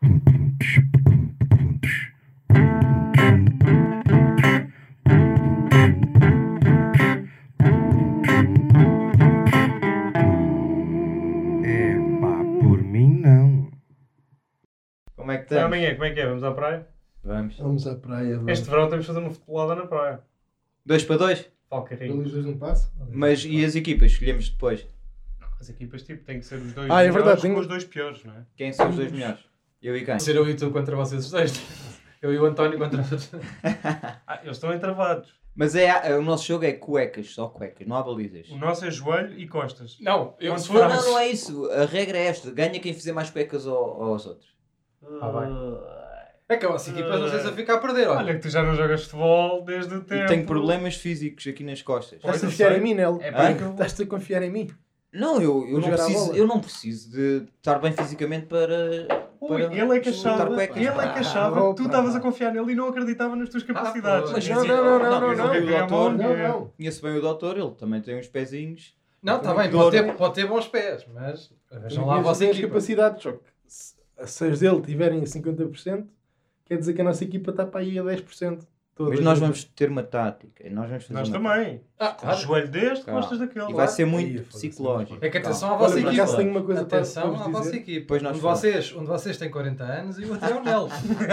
Por mim não. Como é que Então, estamos? amanhã, como é que é? Vamos à praia? Vamos. Vamos à praia. Vamos. Este verão temos de fazer uma futebolada na praia. 2 para 2? Falcarrinho. Pelos dois não passa? Mas e as equipas? Escolhemos depois. As equipas, tipo, têm que ser os dois Ah, é melhores verdade, com tenho- os dois piores, não é? Quem são os dois melhores? Eu e quem? Ser eu e tu contra vocês os dois. Eu e o António contra vocês. Eles estão entravados. Mas o nosso jogo é cuecas, só cuecas, não há balizas. O nosso é joelho e costas. Não, eu Não, se não, for... Não é isso. A regra é esta. Ganha quem fizer mais cuecas aos outros. Ah, bem. É que a vossa equipa não sei se a ficar a perder, olha. Olha que tu já não jogas futebol desde o tempo. E tenho problemas físicos aqui nas costas. Pois, Estás a eu confiar sei. em mim, Nel? É Ah? porque eu... Estás-te a confiar em mim? Não, jogar eu não preciso de estar bem fisicamente para... Ui, para ele é que disputar achava, cuecas. ele é que achava que tu opa. estavas a confiar nele e não acreditava nas tuas capacidades. pois. E Mas dizia, não, mas não. ele quer ganhar Doutor, muito Não, dinheiro. não. Conheço bem o doutor, ele também tem uns pezinhos. Não, está bem, pode ter bons pés, mas vejam lá a vossa Tem as equipa. capacidades, só que se as dele tiverem a 50%, quer dizer que a nossa equipa está para aí a 10%. Mas nós vamos ter uma tática. Nós vamos fazer Nós uma também. Claro. Joelho deste, Claro. costas daquele. E vai ser Aí, muito foda-se, psicológico. É que atenção à Olha, vossa por equipa. acaso tenho uma coisa para Atenção vos à vossa dizer. equipa. Pois nós Um de vocês tem 40 anos e o outro é o Nel.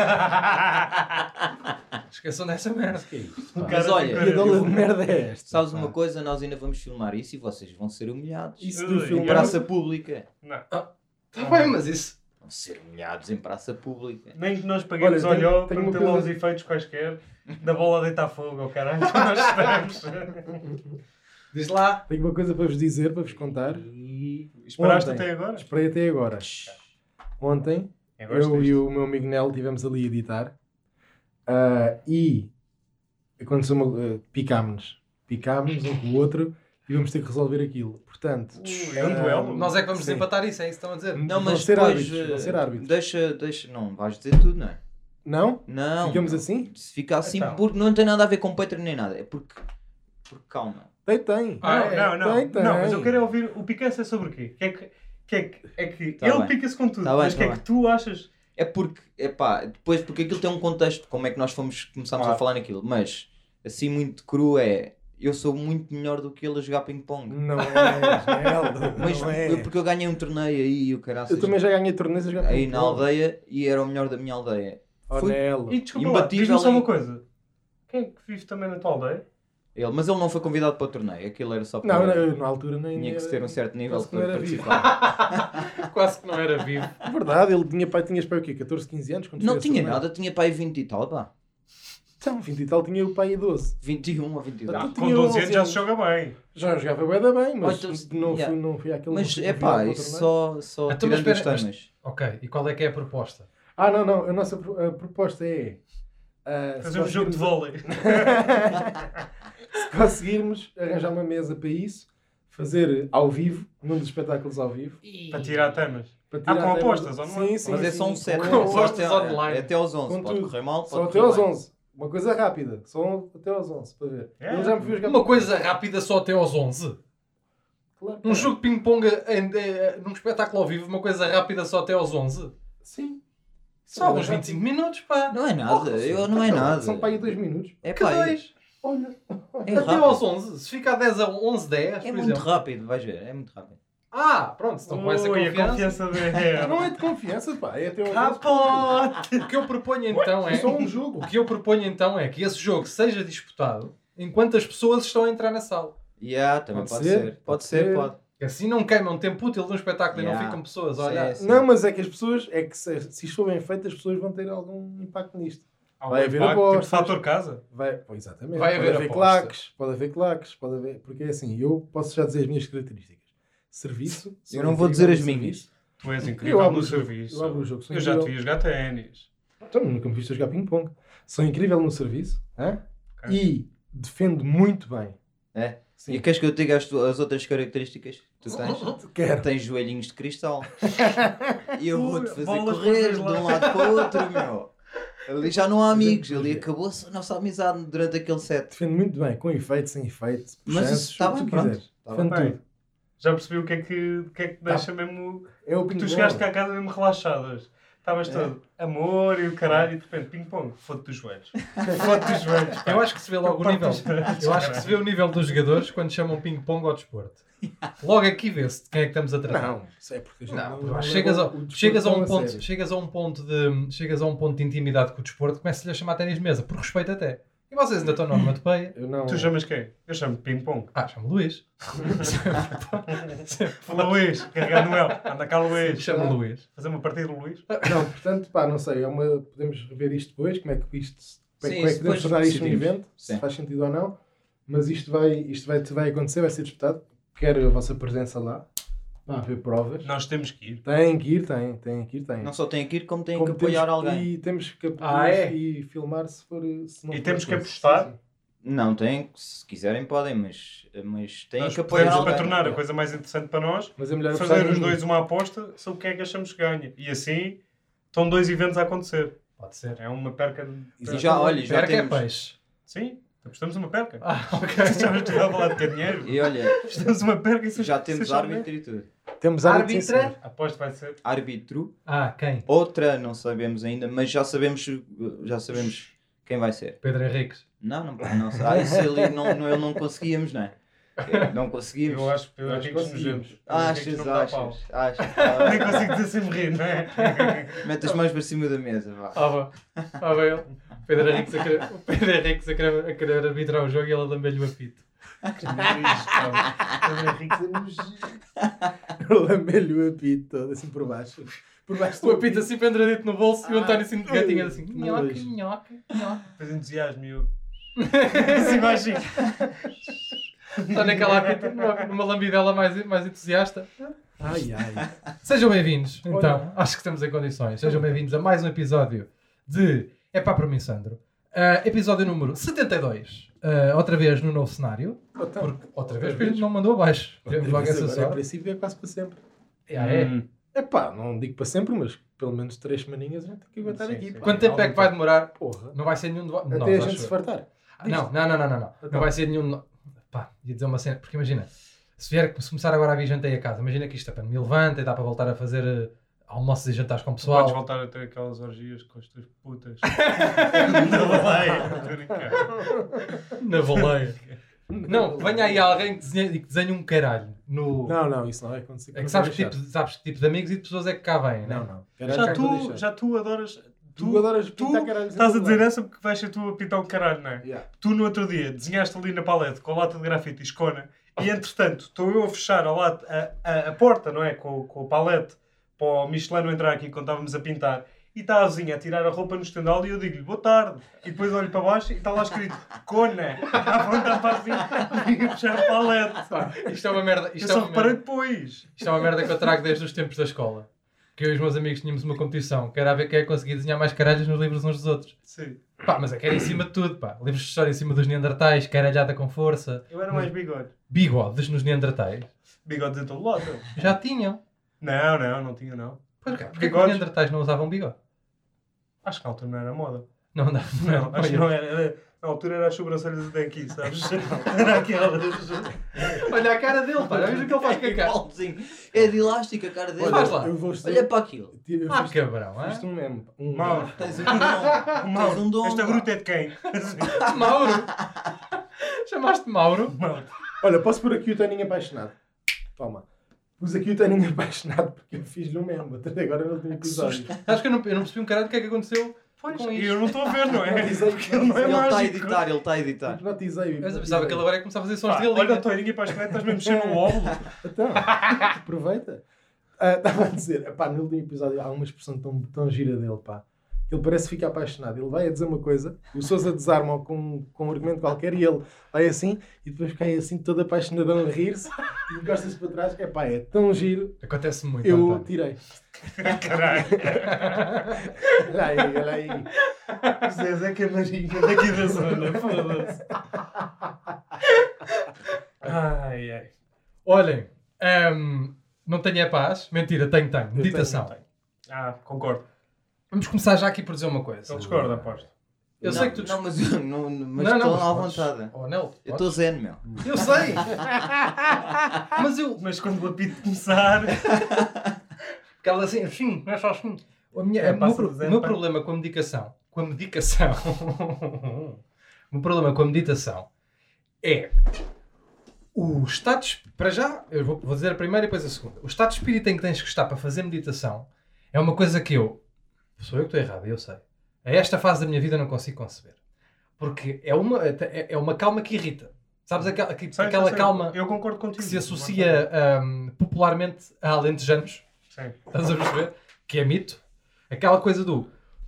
Esqueçam dessa merda. Que é isto? O pá? cara Mas olha, tem Que cara- dola de merda é esta? Sabes pá? uma coisa? Nós ainda vamos filmar isso e vocês vão ser humilhados. Isso Ui, do filme Em eu- praça pública. Não. Está bem, mas isso... Vão ser humilhados em praça pública. Nem que nós paguemos Olha, olhó tenho para uma meter lá coisa- os efeitos quaisquer da bola a deitar fogo, oh caralho, nós estamos. Diz lá. Tenho uma coisa para vos dizer, para vos contar. Esperaste Ontem. até agora? Esperei até agora. Ontem, eu e o meu amigo Nel estivemos ali a editar e aconteceu picámos-nos. Picámos-nos um com o outro e vamos ter que resolver aquilo. Portanto, É um duelo. Nós é que vamos Sim. desempatar isso, é isso que estão a dizer. Não, Vão mas ser depois, árbitros, vão ser árbitros. Deixa, não, vais dizer tudo, não é? Não? Não. Ficamos não. assim? Se ficar assim, Então. porque não tem nada a ver com Patreon nem nada. É porque calma. Tem. Não, Tem. mas eu quero ouvir o picança sobre o quê? É que Tá ele bem. pica-se com tudo, Tá bem, mas o que tá é bem. que tu achas? É porque, depois porque aquilo tem um contexto, como é que nós começámos Claro. a falar naquilo. Mas, assim muito cru eu sou muito melhor do que ele a jogar ping-pong. Não é, Nel. Mas Não é. porque eu ganhei um torneio aí e o caraças. Eu também já ganhei torneios a jogar Aí ping-pong. na aldeia e era o melhor da minha aldeia. Oh, Fui- Nel. E desculpa lá, Imbatível diz-me só em- uma coisa. Quem é que vive também na tua aldeia? Mas ele não foi convidado para o torneio. Aquilo era só para... Não, eu, na altura nem Tinha que se ter um certo nível quase que não para era vivo. participar. Quase que não era vivo. É verdade, ele tinhas pai o quê? 14, 15 anos? Quando Não fez esse tinha torneio? nada, tinha pai 20 e tal, pá. Então, 20 e tal tinha o pai 12. 21 ou 22. Ah, Com tinha 12 anos 11 já anos. se joga bem. Já jogava bué da bem, mas Oh, então, não, yeah. não fui àquele... Mas não é fui pá, àquele isso torneio. só Então, mas tirando os espera, temas. Ok, e qual é que é a proposta? Ah, não, a nossa a proposta é... Fazer um jogo de vôlei. Se conseguirmos arranjar uma mesa para isso, fazer ao vivo, num dos espetáculos ao vivo. Para tirar temas. Para Com até- apostas, ou não é? Sim, sim. Mas é sim, só um set. com Só apostas até, online. é até aos 11. Com Pode tudo. correr mal, Só pode até correr aos bem. 11. Uma coisa rápida. Só até aos 11, para ver. É. Ele já me viu jogar... Uma coisa rápida só até aos 11. Claro, Um jogo de ping-pong num espetáculo ao vivo, uma coisa rápida só até aos 11. Sim. Só uns 25 minutos, pá. Não é nada, não é nada. São para aí 2 minutos. É Que pá, é, dois. Olha. é Até aos rápido. 11. Se fica a 10 a 11, 10, É por muito exemplo. rápido, vais ver, é muito rápido. Ah, pronto, estão com essa Ui, a confiança. confiança dele. Não é de confiança, pá. É até aos 11. Capote! O que eu proponho então é... É só um jogo. O que eu proponho então é que esse jogo seja disputado enquanto as pessoas estão a entrar na sala. Também Pode pode ser, ser. pode Pode ser, ser. pode. Assim não queimam tempo útil de um espetáculo e não ficam pessoas a olhar. Sim. Não, mas é que as pessoas... É que se isto for bem feito, as pessoas vão ter algum impacto nisto. Vai haver Tipo apostas. fator casa. Pois, exatamente. Vai haver apostas. Pode haver claques. Pode haver... Porque é assim, eu posso já dizer as minhas características. Serviço. Eu não vou dizer as incrível no minhas. serviço. Tu és Eu incrível abro no o jogo. serviço. Eu abro o jogo. Sou Eu já te incrível. vi jogar ténis. Então, nunca me viste a jogar ping-pong. Sou incrível no serviço. Hã? Ok. E defendo muito bem. É? Sim. E queres que eu te diga as outras características que tu tens? Quero. Tens joelhinhos de cristal. E eu vou-te fazer Bolas correr para de os lados. um lado para o outro, meu. Ali já não há amigos, ali acabou-se a nossa amizade durante aquele set. Defendo muito bem. Com efeito, sem efeito. Mas puxanços, isso está o que bem, tu pronto. quiseres. Está Defendo bem. tudo. Já percebi o que é que te deixa mesmo... É o Tu ping-pong. chegaste cá a casa mesmo relaxadas. Estavas todo amor e o caralho e de repente ping-pong, foto dos joelhos. Foto dos joelhos. Eu acho que se vê logo o nível. Eu acho que se vê o nível dos jogadores quando chamam ping-pong ao desporto. Logo aqui vê-se de quem é que estamos a tratar. Não, isso é porque a gente Não, chegas a um ponto de intimidade com o desporto, começa-lhe a chamar ténis de mesa, por respeito até. E vocês ainda estão na onomatopeia. Tu chamas quem? Eu chamo de ping-pong. Chamo Luís. Luís, carregado no L. Anda cá, Luís. Chamo Luís. Fazer uma partida do Luís? Não, portanto, não sei, podemos rever isto depois, como é que podemos depois tornar isto um decidimos. evento, se faz sentido ou não, mas isto vai acontecer, vai ser disputado, quero a vossa presença lá, para haver provas. Nós temos que ir. Tem que ir. Não só tem que ir, como tem que apoiar alguém. E temos que apoiar e filmar se não E for temos que coisa. apostar. Sim. Não, se quiserem podem, mas têm Nós que apoiar podemos alguém. para tornar a coisa mais interessante para nós, Mas é melhor fazer apostar os em dois uma aposta sobre quem é que achamos que ganha. E assim estão 2 eventos a acontecer. Pode ser. É uma perca de... E já Perca é temos... peixe. Sim, apostamos uma perca. Ok. Estamos a falar de dinheiro. E olha, Apostamos uma perca e já temos árbitro e tudo. Temos árbitro, sim, senhor. A aposta vai ser... Árbitro. Quem? Outra não sabemos ainda, mas já sabemos quem vai ser. Pedro Henriques. Não sei. Isso ali ele não conseguíamos, não é? Não conseguimos. Eu acho que Pedro Acho que Henriques nos conseguimos. vemos. Achas. Nem consigo dizer sem me rir, não é? Mete as mãos para cima da mesa, vá. Vai ele. O Pedro Henriques a querer arbitrar o jogo e ela lambe-lhe o apito. Pedro Henriques é nojento. Lambe-lhe o apito todo, assim por baixo. O apito assim pendradito no bolso e o António assim de gatinho assim. Nojo. Nhoque. Depois entusiasmo e eu... Assim baixinho. Está naquela apito, numa lambidela mais entusiasta. Ai. Sejam bem-vindos, então, acho que estamos em condições. Sejam bem-vindos a mais um episódio de É pá para mim, Sandro. Episódio número 72. Outra vez no novo cenário. Porque outra vez porque não mandou abaixo. Temos logo essa Em sorte. princípio é quase para sempre. É. Não digo para sempre, mas pelo menos 3 semaninhas a gente tem que aguentar Sim, aqui. sim. pá. Quanto tempo é que vai demorar? Porra. Não vai ser nenhum de nós. Até a gente se fartar. Não. Não vai ser nenhum de nós. Pá, ia dizer uma cena. Porque imagina, se começar agora a vir jantar a casa, imagina que isto me levanta e dá para voltar a fazer almoços e jantares com o pessoal. Podes voltar a ter aquelas orgias com as tuas putas. Na baleia. Estou a brincar. Na boleia. Não, venha aí alguém que desenhe um caralho. Não, isso não vai acontecer. É que sabes que tipo de amigos e de pessoas é que cá vêm, né? Não. Caralho, Já tu adoras... Tu adoras pintar caralho. Estás a dizer essa porque vais ser tu a pintar o caralho, não é? Yeah. Tu no outro dia desenhaste ali na palete com a lata de grafite e escona e entretanto estou eu a fechar a porta, não é? Com a palete para o Michelin não entrar aqui quando estávamos a pintar e está a vizinha a tirar a roupa no estendal e eu digo-lhe boa tarde e depois olho para baixo e está lá escrito Cona a apontar para a vizinha e a fechar a palete. Isto é uma merda. Eu só reparei depois. Isto é uma merda que eu trago desde os tempos da escola. Que eu e os meus amigos tínhamos uma competição que era a ver quem é que conseguia desenhar mais caralhos nos livros uns dos outros. Sim. Pá, mas é que era em cima de tudo, pá. Livros de história em cima dos Neandertais, caralhada com força. Eu era mais bigode. Bigodes nos Neandertais. Bigodes em todo lado. Já tinham. Não tinha não. Porquê que os Neandertais não usavam bigode? Acho que na altura não era moda. Não andava. Não, acho que não era. Na altura era as sobrancelhas até aqui, sabes? Era aquelas. Olha a cara dele, pá. Veja o que ele faz com a cara. Igualzinho. É de elástico a cara dele. Faz lá. Olha para aquilo. Cabrão, Isto um meme. Mauro. Tens um dom. Mauro, Tens um dom. esta gruta é de quem? Mauro. Chamaste Mauro? Mauro. Olha, posso pôr aqui o Taninho apaixonado. Toma. Pus aqui o Taninho apaixonado porque eu fiz-lhe um meme. Até agora no último episódio. Acho que eu não percebi um caralho do que é que aconteceu. Pois, com e isto. eu não estou a ver, não é? Porque Ele não é Ele está a mágico. editar, ele está a editar. Hipnotizei. Mas eu pensava que ele agora ia começar a fazer sons de Olha, galinha. Toirinha para as canetas, estás-me a mexer no óvulo. Então, aproveita. Estava a dizer, pá, no último episódio há uma expressão tão gira dele, pá. Ele parece ficar apaixonado. Ele vai a dizer uma coisa, o Sousa desarma com um argumento qualquer e ele vai assim e depois cai assim todo apaixonadão a rir-se e encosta-se para trás. Epá, é tão giro. Acontece muito, Eu António. tirei. Caralho. Olha aí. Zé Camarinha daqui da zona, foda-se. Ai. Olhem, não tenho a paz. Mentira, tenho. Meditação. Concordo. Vamos começar já aqui por dizer uma coisa. Ele discorda, aposto. Eu sei que tu... Não, mas estou à vontade. Oh, não, Eu estou zen, meu. Eu sei. Mas quando o apito começar... Aquela assim, é só assim. O meu problema com a medicação... O meu problema com a meditação é... O estado... Para já, eu vou dizer a primeira e depois a segunda. O estado de espírito em que tens que estar para fazer meditação é uma coisa que eu... Sou eu que estou errado, eu sei. A esta fase da minha vida não consigo conceber. Porque é uma calma que irrita. Sabes aquela calma eu concordo contigo, que se associa popularmente a alentejanos? Sim. Estás a perceber? Que é mito. Aquela coisa do...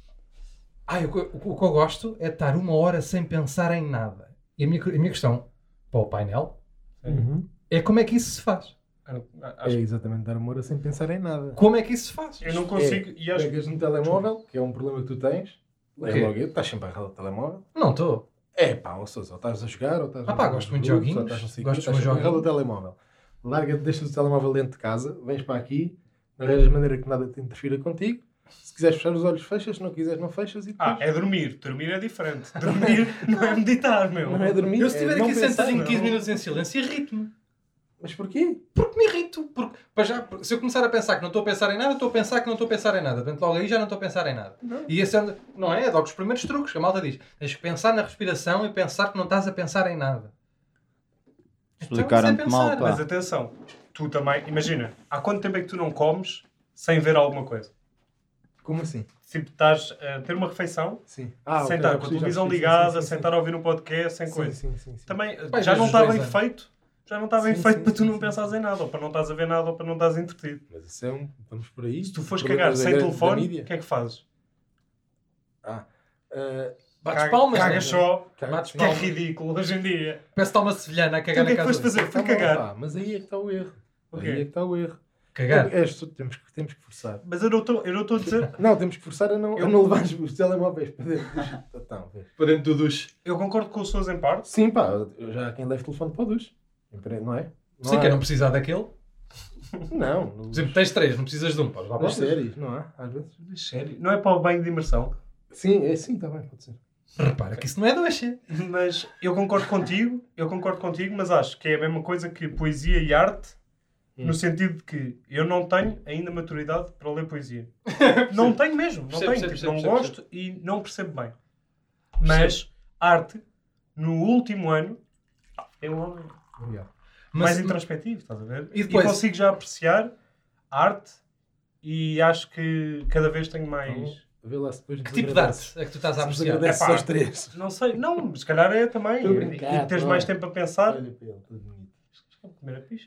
o que eu gosto é estar 1 hora sem pensar em nada. E a minha questão para o painel é como é que isso se faz? É exatamente dar 1 hora sem pensar em nada. Como é que isso se faz? Eu não consigo... Pegas no telemóvel, que é um problema que tu tens. Estás sempre agarrado ao telemóvel. Não estou. Ou estás a jogar, ou estás gosto muito de joguinhos. Gosto de jogar agarrado ao telemóvel. Deixas o telemóvel dentro de casa, vens para aqui, arranjas de maneira que nada te interfira contigo. Se quiseres fechar os olhos, fechas. Se não quiseres, não fechas. E depois... é dormir. Dormir é diferente. Dormir não é meditar, meu. Não é dormir. Eu se estiver aqui sentado em 15 minutos em silêncio, irrito-me. Mas porquê? Porque me irrito. Se eu começar a pensar que não estou a pensar em nada, estou a pensar que não estou a pensar em nada. Portanto, logo aí já não estou a pensar em nada. Não. E esse não é logo os primeiros truques. A malta diz, tens que pensar na respiração e pensar que não estás a pensar em nada. Explicaram-te mal, pá. Mas atenção, tu também, imagina, há quanto tempo é que tu não comes sem ver alguma coisa? Como assim? Tipo, estás a ter uma refeição, sim. sentar com a televisão ligada, sentar a ouvir um podcast, sem coisa. Sim. Também já não está bem feito. Já não está bem feito para tu não pensares em nada, ou para não estás a ver nada, ou para não estás entretido. Mas isso é vamos por aí. Se tu fores cagar sem telefone, o que é que fazes? Bates palmas. Cagas só. Bates Que é palmas. ridículo hoje em dia. Parece que está uma sevilhana a Tu cagar o que é na que casa. foste fazer? Fui cagar. Mas aí é que está o erro. quê? Aí é que está o erro. Cagar. Temos que forçar. Mas eu não estou a dizer... Não, temos que forçar a não levar os telemóveis para dentro Para dentro do duche. Eu concordo com os seus em parte. Sim, pá. Já há quem leve o telefone para o duche. Não é? Sim, quer não precisar daquele. Não. Por exemplo, tens 3, não precisas de um. Podes lá para Nas séries, não é? Às vezes. Sério? Não é para o banho de imersão? Sim, está bem, pode ser. Repara que isso não é duche. Mas eu concordo contigo, mas acho que é a mesma coisa que poesia e arte, no sentido de que eu não tenho ainda maturidade para ler poesia. Não tenho mesmo, não tenho. Não gosto e não percebo bem. Mas arte, no último ano, eu mais introspectivo, estás a ver? E consigo já apreciar arte e acho que cada vez tenho mais... Que tipo de arte é que tu estás a apreciar? Só os 3. Não sei, não, se calhar é também. E teres mais tempo a pensar. Olha para ele, tudo bonito. Comer a picha.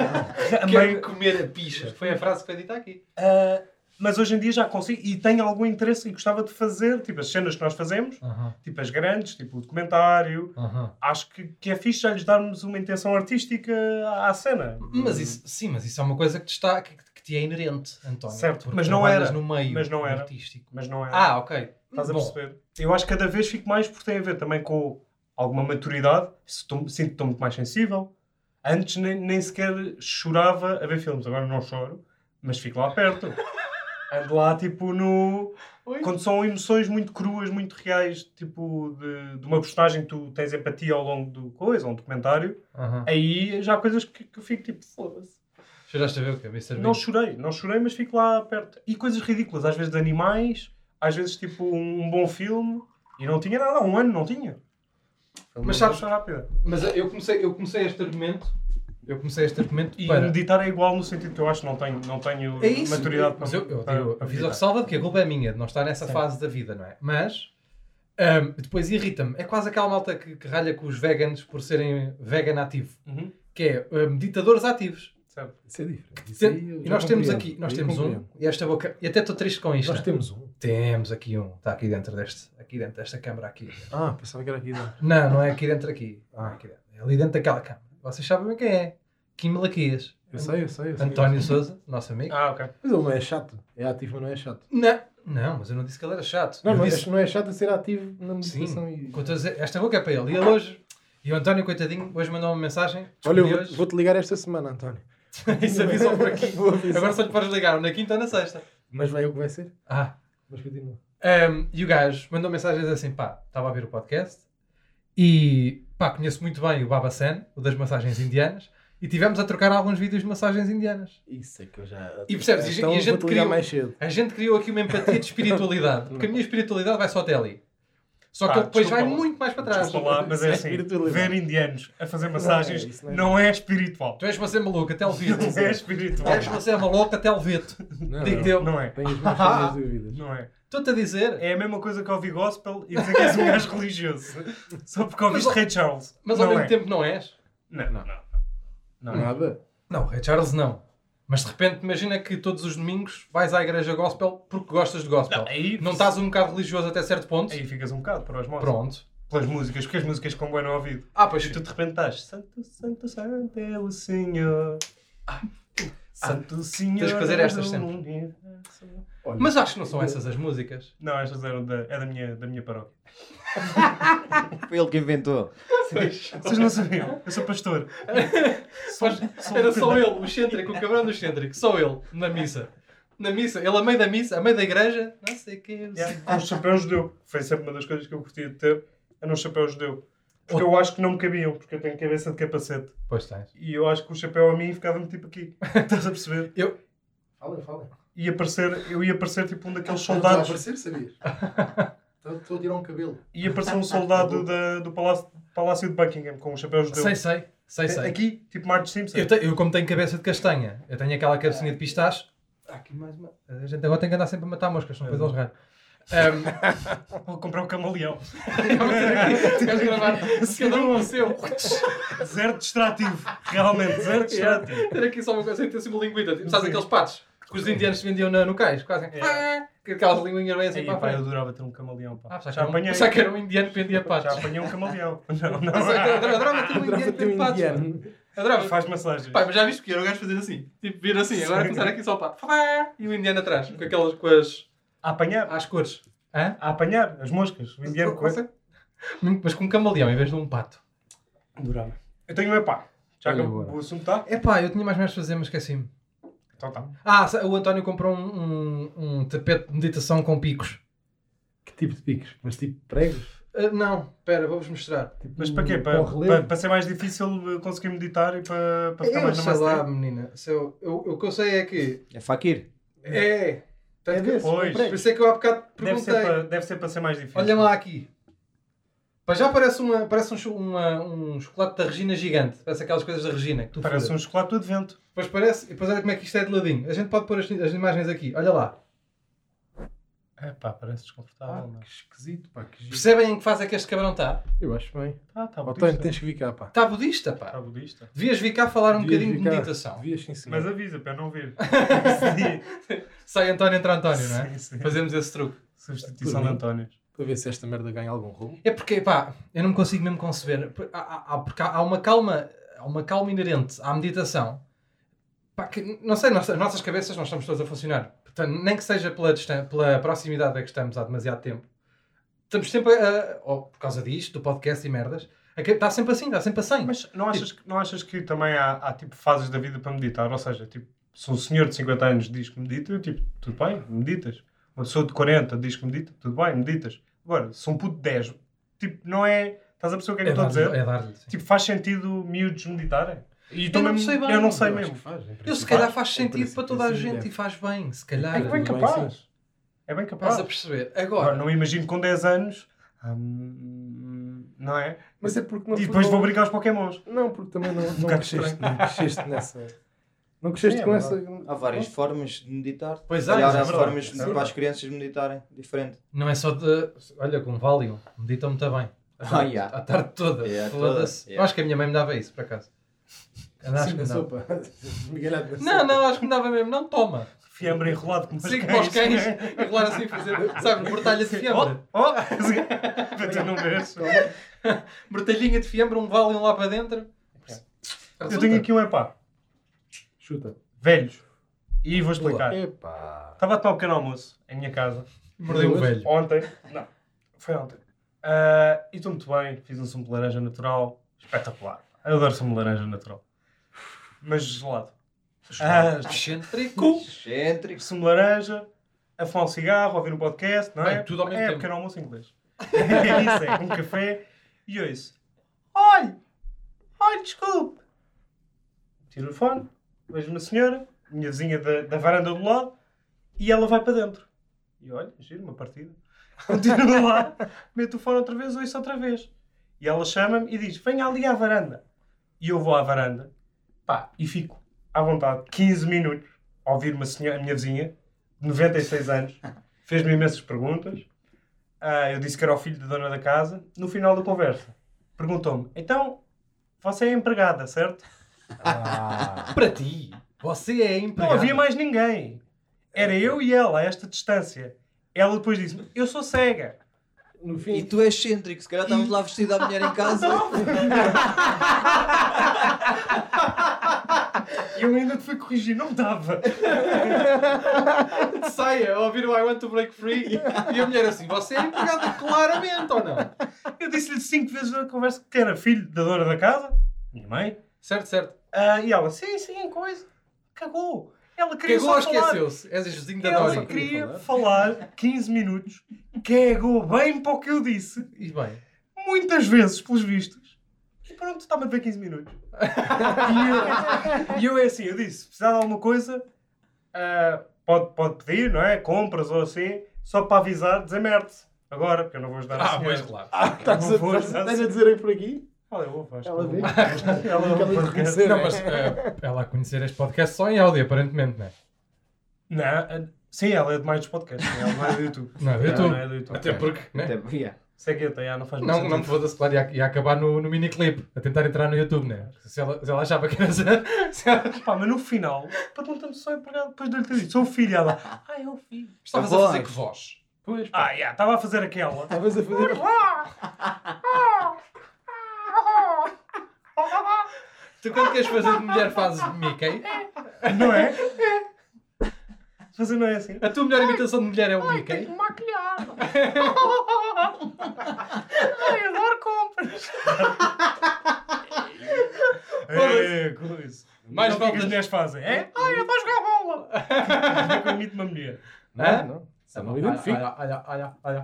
Quero comer a picha. Foi a frase que foi dita aqui. Mas hoje em dia já consigo e tenho algum interesse e gostava de fazer, tipo as cenas que nós fazemos, tipo as grandes, tipo o documentário. Acho que é fixe já lhes darmos uma intenção artística à cena. Mas isso é uma coisa que te é inerente, António. Certo, mas não era. No meio mas não era. artístico. Mas não era. Ok. Estás a perceber? Eu acho que cada vez fico mais porque tem a ver também com alguma maturidade. Sinto que estou muito mais sensível. Antes nem sequer chorava a ver filmes. Agora não choro, mas fico lá perto. Ando lá, tipo, quando são emoções muito cruas, muito reais, tipo, de uma personagem que tu tens empatia ao longo do coisa, um documentário, aí já há coisas que eu fico, tipo, foda-se. Choraste a ver o quê? Não chorei, mas fico lá perto. E coisas ridículas, às vezes de animais, às vezes, tipo, um bom filme, e não tinha nada, há um ano não tinha. Mas sabes, mas eu comecei este argumento... E meditar é igual no sentido que eu acho que não tenho maturidade para... Mas eu fiz a ressalva de que a culpa é minha, de não estar nessa fase da vida, não é? Mas depois irrita-me. É quase aquela malta que ralha com os veganos por serem vegan ativo. Que é meditadores ativos. Certo. Isso é diferente. E nós temos um, e esta boca, e até estou triste com isto. Nós temos um. Temos aqui um, está aqui dentro desta câmara aqui. Pensava que era aqui dentro. Não é aqui dentro aqui. Aqui dentro. É ali dentro daquela câmara. Vocês sabem quem é? Kim Malaquias. Eu sei. António Sousa, nosso amigo. Ok. Mas ele não é chato. É ativo, mas não é chato. Não, mas eu não disse que ele era chato. Não é chato a ser ativo na meditação. Sim, esta boca é para ele. E ele hoje, e o António, coitadinho, hoje mandou uma mensagem. Olha, vou-te ligar esta semana, António. Isso avisou por aqui. Agora só lhe podes ligar, ou na quinta ou na sexta. Mas vai o que vai ser. Mas continua. E o gajo mandou mensagens assim, estava a ver o podcast e, conheço muito bem o Baba Sen, o das massagens indianas, E tivemos a trocar alguns vídeos de massagens indianas. Isso é que eu já... E percebes? Então, e a gente criou, mais cedo. a gente criou aqui uma empatia de espiritualidade. Porque a minha espiritualidade vai só até ali. Só que ele depois vai muito mais para trás. Desculpa lá, mas é assim, ver indianos a fazer massagens não é espiritual. Tu és para ser maluco até o Vito. Não é espiritual. És para ser maluco até o Vito. Digo-te eu. Não é. Tenho as minhas dúvidas. Não é. Estou-te a dizer. É a mesma coisa que ouvir gospel e dizer que és um gajo religioso. Só porque ouviste Ray Charles. Mas ao mesmo tempo não és. Não. Nada. Não, Ray Charles não. Mas de repente imagina que todos os domingos vais à igreja gospel porque gostas de gospel. Não estás um bocado religioso até certo ponto? Aí ficas um bocado para os moços. Pronto. Pelas músicas, porque as músicas com bem no ouvido. Pois E tu de repente estás Santo, Santo, Santo é o Senhor. Santo Senhor. Tens que fazer estas sempre. Universo. Olha, Mas acho que não são essas as músicas. Não, estas eram da minha paróquia. Foi ele que inventou. Vocês não sabiam? Eu sou pastor. Era só ele, o excêntrico, o cabrão do excêntrico. Só ele, na missa. Na missa, ele a meio da missa, a meio da igreja, não sei o que Com um chapéu judeu. Foi sempre uma das coisas que eu curtia de ter. Era um chapéu judeu. Porque eu acho que não me cabiam, porque eu tenho cabeça de capacete. Pois tens. E eu acho que o chapéu a mim ficava-me tipo aqui. Estás a perceber? Fala. Eu ia parecer tipo um daqueles Estou a soldados. aparecer, sabias? Estou a tirar um cabelo. Ia parecer um soldado do Palácio de Buckingham com um chapéu judeu. Sei. Aqui, tipo Marge Simpson. Eu como tenho cabeça de castanha, eu tenho aquela cabecinha de pistache. Aqui mais uma. A gente agora tem que andar sempre a matar moscas, senão depois eles raram. Vou comprar um camaleão. Queres gravar? Cada um o seu. Zero distrativo. Realmente, zero distrativo. Ter aqui só uma coisa, ter assim uma linguita. Tipo, sabes aqueles patos que os indianos se vendiam no cais? Quase. Aquelas linguinhas bem assim Aí, para a pá, eu frente. adorava ter um camaleão. Pá. Já apanhei. Só que era um indiano que vendia patos. Já apanhei um camaleão. Não. Adorava ter um indiano que vende patos. Adorava. Faz massagens. Pá, mas já viste que era o gajo fazer assim? Tipo, vir assim. Agora começar aqui só o pato. E o indiano atrás. Com aquelas coisas. A apanhar. Às cores. Hã? A apanhar as moscas. O indiano coisa. Mas com um camaleão em vez de um pato. Adorava. Eu tenho um epá. Já que o assunto está? Epá, eu tinha mais merdas a fazer, mas esqueci-me. Então tá. O António comprou um tapete de meditação com picos. Que tipo de picos? Mas tipo pregos? Não, espera, vou-vos mostrar. Tipo, Mas para quê? Para ser mais difícil conseguir meditar e para ficar mais na sei lá, massa? menina. O que eu sei é que... É Fakir. É desses, pois. Por isso é que eu há bocado perguntei. Deve ser para ser mais difícil. Olha lá aqui. Pá, já parece um chocolate da Regina gigante. Parece aquelas coisas da Regina. Que tu Parece furas. um chocolate do advento. Pois parece. E depois olha como é que isto é de ladinho. A gente pode pôr as imagens aqui. Olha lá. Epá, parece desconfortável. Que esquisito, pá. Que giro. Percebem em que fase é que este cabrão está? Eu acho bem. Tá António, budista. tens que vir cá, pá. Está budista, pá. Está budista. Devias vir cá falar um Devias bocadinho de vir cá. meditação. Devias, sim, senhor. Mas avisa para eu não vir. Sai António, entra António, não é? Sim. Fazemos esse truque. Substituição de Antónios. Para ver se esta merda ganha algum rumo. É porque, pá, eu não me consigo mesmo conceber. Porque há uma calma inerente à meditação. Pá, que, não sei, nas nossas cabeças nós estamos todos a funcionar. Portanto, nem que seja pela proximidade a que estamos há demasiado tempo. Estamos sempre ou por causa disto, do podcast e merdas, está sempre assim, está sempre a 100. Mas não achas que também há tipo fases da vida para meditar? Ou seja, tipo, se um senhor de 50 anos diz que medita, eu tipo, tudo bem, meditas. Uma pessoa de 40 diz que medita, tudo bem, meditas. Agora, se um puto de 10, tipo, não é... Estás a perceber o que é que eu estou a dizer? É dar-lhe, sim. Tipo, faz sentido miúdos meditarem? E Eu não sei bem. Eu não sei Eu mesmo. acho que faz, em Eu se princípio calhar faz. faz Em sentido princípio, para toda a sim, gente deve. e faz bem, se calhar. É bem tudo bem, capaz. É bem capaz. Estás a perceber? Agora, Agora, não me imagino com 10 anos... não é? Mas é porque não E depois não- vou brincar aos Pokémons. Não, porque também não bocado cresceste nessa... Não cresceste Sim, é com verdade. essa... Há várias formas de meditar. Pois Há é, isso é há verdade. formas Isso é para as crianças meditarem diferente. não é só de... Olha, com Valium, meditam muito bem. Yeah. A tarde toda. Yeah, Foda-se. toda. Eu acho que a minha mãe me dava isso, por acaso. Acho Sim, que na não. sopa. Esmigalhado na sopa. Não, acho que me dava mesmo. Não, toma. Fiambre enrolado com umas Sigo para os cães e rolar assim, fazer, sabe, mortalha de fiambre. Para tu não veres. Mortalhinha de fiambre, um Valium lá para dentro. Eu tenho aqui um epá. Chuta. Velhos. E vou explicar. Epá. Estava a tomar um pequeno almoço em minha casa. Mordeu um velho. Ontem. Não. Foi ontem. E estou muito bem. Fiz um sumo de laranja natural. Espetacular. Eu adoro sumo de laranja natural. Mas gelado. Excêntrico. Excêntrico. Sumo de laranja. A fumar um cigarro, a ouvir um podcast, não é? Bem, tudo ao mesmo é tempo. pequeno almoço em inglês. É isso, é. Um café. E ouço. Olha, desculpe. tiro o fone, vejo uma senhora, minha vizinha da varanda do lado, e ela vai para dentro. E olha, giro, uma partida. Continuo lá, meto o fone outra vez, ouço outra vez. E ela chama-me e diz, venha ali à varanda. E eu vou à varanda, pá, e fico à vontade 15 minutos a ouvir a minha vizinha, de 96 anos, fez-me imensas perguntas. Eu disse que era o filho da dona da casa. No final da conversa, perguntou-me, então, você é empregada, certo? Para ti, você é empregado. Não havia mais ninguém. Era eu e ela, a esta distância. Ela depois disse-me, eu sou cega. No fim... E tu és excêntrico, se calhar estamos lá vestido à mulher em casa. E eu ainda te fui corrigir, não dava. De saia, a ouvir o I Want to Break Free. E a mulher assim, você é empregada claramente ou não? Eu disse-lhe 5 vezes na conversa que era filho da dona da casa, minha mãe. Certo. E ela, sim, coisa. Cagou. Ela queria Cagou ou só falar. esqueceu-se? És vizinho da Ela Dori. queria falar 15 minutos. Cagou bem para o que eu disse. E bem. Muitas vezes, pelos vistos. E pronto, está-me a ver 15 minutos. E eu é assim, eu disse, se precisar de alguma coisa, pode pedir, não é? Compras ou assim, só para avisar, desemerte-se. Agora, porque eu não vou ajudar a senhora. Pois claro. Estás a dizer aí por aqui? Olha, eu vou, Ela vê? Ela vai reconhecer. Não, mas ela a conhecer este podcast só em áudio, aparentemente, não é? Não, sim, ela é demais dos podcasts. Ela não é do YouTube. Não é do YouTube. Não é do YouTube. Até porque, né? Não faz muito Não me foda-se, claro, ia acabar no miniclip, a tentar entrar no YouTube, né? Se ela achava que era... Pá, mas no final, pergunta-me se sou empregado depois de lhe ter dito. Sou filho. Ela, é o filho. Estavas a fazer que voz? Pois. Estava a fazer aquela. Estavas a fazer... Tu quando queres fazer de mulher fazes de Mickey? Não é? Fazer não é assim. A tua melhor imitação de mulher é o Mickey? Maquilhado. Adoro compras. Coisa. Mais Então, o que as voltas. mulheres fazem? É? Eu estou a jogar bola. Como é que eu imito uma mulher? Não. Só não identifico. Olha.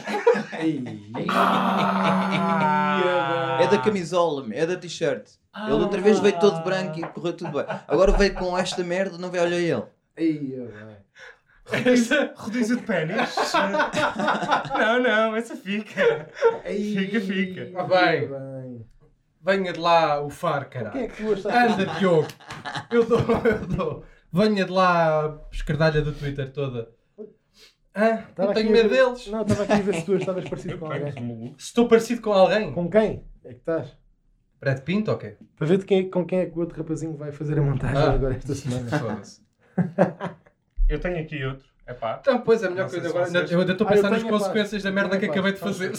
É da camisola, é da t-shirt. Ele outra vez veio todo branco e correu tudo bem. Agora veio com esta merda, não vê, olha ele. Rodízio de pênis? Não, essa fica. Fica. Ah, bem. Venha de lá o far, caralho. Quem é que tu estás? Anda, Diogo. Eu dou. Venha de lá a escardalha do Twitter toda. Não tenho medo deles. Não, estava aqui a ver se tu estavas parecido com alguém. Se estou parecido com alguém. Com quem é que estás? Brad Pitt ou quê? Para ver com quem é que o outro rapazinho vai fazer a montagem agora esta semana. Foda-se. Eu tenho aqui outro. Epá. Então, pois, é a melhor Não sei coisa se agora. vocês- Eu ainda estou a pensar eu nas tenho, consequências da merda que tenho, acabei de pá. fazer.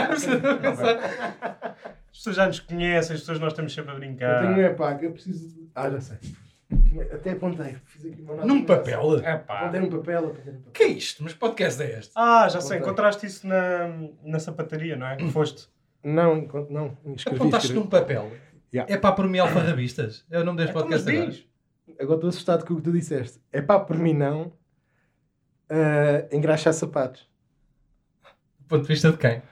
As pessoas já nos conhecem, as pessoas nós estamos sempre a Eu brincar. tenho que eu preciso de... já sei. Até apontei. Fiz aqui uma nota. Num papel? Epá. Apontei num papel. Que é isto? Mas podcast é este? Já sei, encontraste isso na sapataria, não é? Que foste. Não, escrevi. Apontaste num papel? Yeah. É pá, por mim, alfarrabistas. É o nome deste Então, mas podcast agora. diz. Agora estou assustado com o que tu disseste. É pá, por mim não. Engraxar sapatos. Do ponto de vista de quem?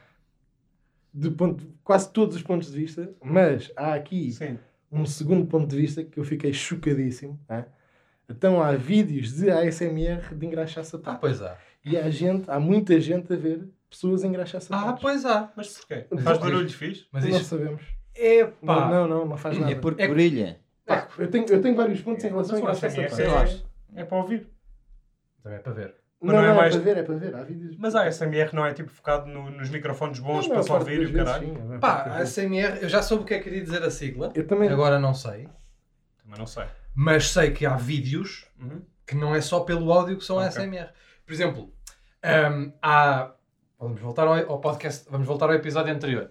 Quase todos os pontos de vista, mas há aqui Sim. um segundo ponto de vista que eu fiquei chocadíssimo. Então há vídeos de ASMR de engraxar sapatos. Pois há. E há muita gente a ver pessoas a engraxar sapatos. Pois há. Mas porquê? Faz barulhos fixe? Mas Não isto... sabemos. Epá. Não faz nada. É porque brilha. Pá, eu tenho vários pontos em relação a Mas o engraxar ASMR sapatos. é para ouvir. Também é para ver. Mas Não, não é mais- é para ver. Há vídeos. Mas a ASMR não é tipo focado nos microfones bons Não, para a só parte ouvir e das o vezes, caralho? sim, a maior Pá, parte das a vezes. ASMR, eu já soube o que é que queria dizer a sigla. Eu também. Agora não sei. Também não sei. Mas sei que há vídeos que não é só pelo áudio que são Ok. ASMR. Por exemplo, vamos voltar ao podcast, vamos voltar ao episódio anterior.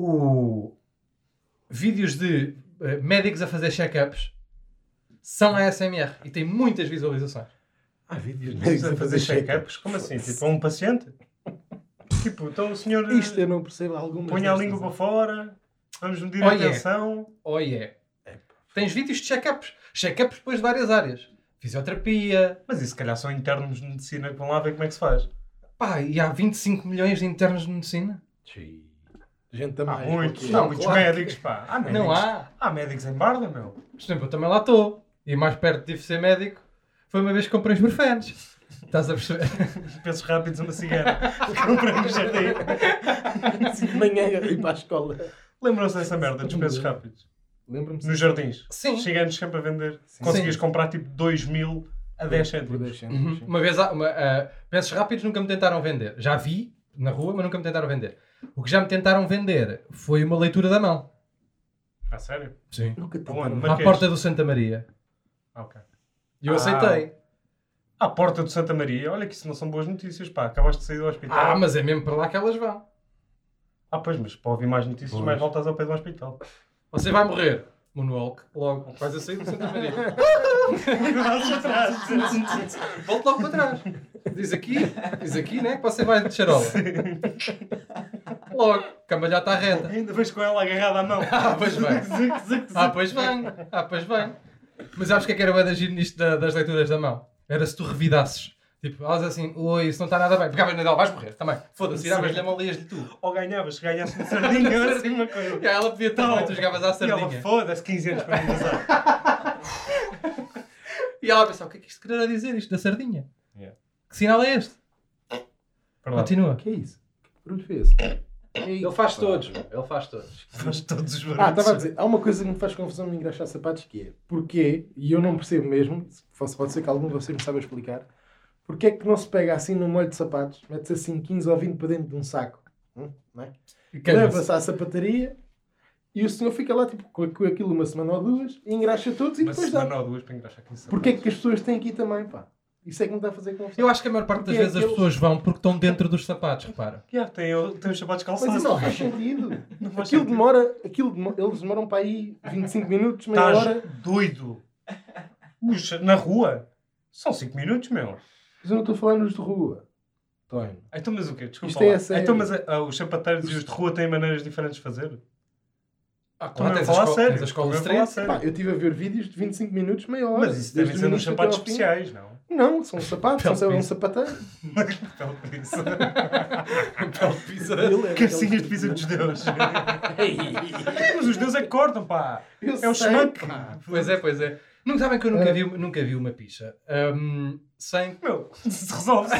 Vídeos de médicos a fazer check-ups são ASMR e tem muitas visualizações. Há vídeos de Precisa médicos fazer check-ups? Como assim? Tipo, a um paciente? Tipo, então o senhor Isto eu não percebo alguma põe a língua para fora, vamos medir a Oh, yeah. tensão. Oh yeah. Tens vídeos de check-ups. Check-ups depois de várias áreas. Fisioterapia. Mas isso se calhar são internos de medicina que vão lá ver como é que se faz. Pá, e há 25 milhões de internos de medicina? Gente também. Há muitos, Não, há muitos claro que- médicos, pá. Há médicos. Não há. Há médicos em Barda, meu. Por exemplo, eu também lá estou. E mais perto de ser médico foi uma vez que comprei uns burfenes. Estás a perceber? Pensos rápidos, uma cigana. Comprei no jardim. Assim de manhã a ir para a escola. Lembram-se dessa merda dos pensos rápidos? Lembro-me. Nos jardins. Sim. Chegando sempre a vender. Sim. Conseguias Sim. comprar tipo 2.000 a 10 Por cêntimos. 10 cêntimos. Uma vez, pensos rápidos nunca me tentaram vender. Já vi na rua, mas nunca me tentaram vender. O que já me tentaram vender foi uma leitura da mão. Ah, sério? Sim. Nunca Aonde? tentaram. Mas- À que porta do Santa Maria. Ok. E eu aceitei. À porta do Santa Maria. Olha que isso não são boas notícias, pá. Acabaste de sair do hospital. Mas é mesmo para lá que elas vão. Pois, mas para ouvir mais notícias, Pois. mais voltas ao pé do hospital. Você vai morrer. Moonwalk. Logo. Vais a sair do Santa Maria. Volta logo para trás. Diz aqui, né? Que você vai de charola. Logo. Cambalhota à reta. Ainda vais com ela agarrada à mão. Pois bem. Pois bem. Mas sabes o que era o agir nisto das leituras da mão? Era se tu revidasses. Tipo, elas assim, oi, isso não está nada bem. Pegavas na dela, vais morrer também. Foda-se, tiravas-lhe a mão, lias-lhe tudo. Ou ganhavas, se ganhasse uma sardinha, era assim uma coisa. E aí ela podia também, tu jogavas à E ela, sardinha. foda-se, 15 anos para me usar. E ela pensava, o que é que isto quererá dizer, isto da sardinha? Yeah. Que sinal é este? Perdão. Continua. O que é isso? Que barulho foi esse? Ele faz todos, meu. Ele faz todos. Faz todos os barulhos. Estava a dizer, há uma coisa que me faz confusão me engraxar sapatos que é, porquê, e eu não percebo mesmo, pode ser que algum de vocês me saiba explicar, porque é que não se pega assim num molho de sapatos, mete-se assim 15 ou 20 para dentro de um saco, não é? Leva-se à sapataria e o senhor fica lá tipo, com aquilo uma semana ou duas e engraxa todos e Uma depois dá. semana ou duas para engraxar 15 sapatos. Porquê é que as pessoas têm aqui também, pá? Isso é que me está a fazer confusão. Eu acho que a maior parte das Porque vezes as aqueles- pessoas vão porque estão dentro dos sapatos, repara. Tem os sapatos Mas calçados. isso não faz sentido. Não faz Aquilo sentido. demora, eles demoram para aí 25 minutos, meia Estás hora. doido. Na rua? São 5 minutos, meu. Mas eu não estou a falar nos de rua. Tonho. Então, mas o quê? Desculpa Isto é lá. a sério. Então, mas os sapateiros e os de rua têm maneiras diferentes de fazer? Claro, Estou a falar sério. tens a escola Estou a falar street. sério. Pá, eu estive a ver vídeos de 25 minutos, meia hora. Mas isso desde devem o ser uns início sapatos até ao fim. especiais, não? Não, são sapatos, Pele são um piso. sapateiro. Pele de pizza. Pele de pizza. Cabecinhas de pizza dos deuses. Mas os deuses é que cortam, pá. Eu É o sei, schmuck. pá. Pois é. Não sabem que eu nunca vi uma picha. Sem... Meu, se resolve-se.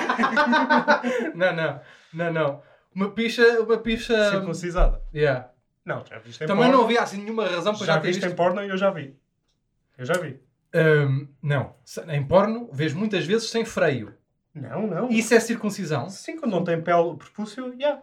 Não. Uma picha... Circuncisada. Yeah. Não, já viste em Também porno. não havia assim nenhuma razão para Já já ter viste visto. em porno e eu já vi. Eu já vi. Não. Em porno, vês muitas vezes sem freio. Não. Isso é circuncisão? Sim, quando não tem pele prepúcio, já.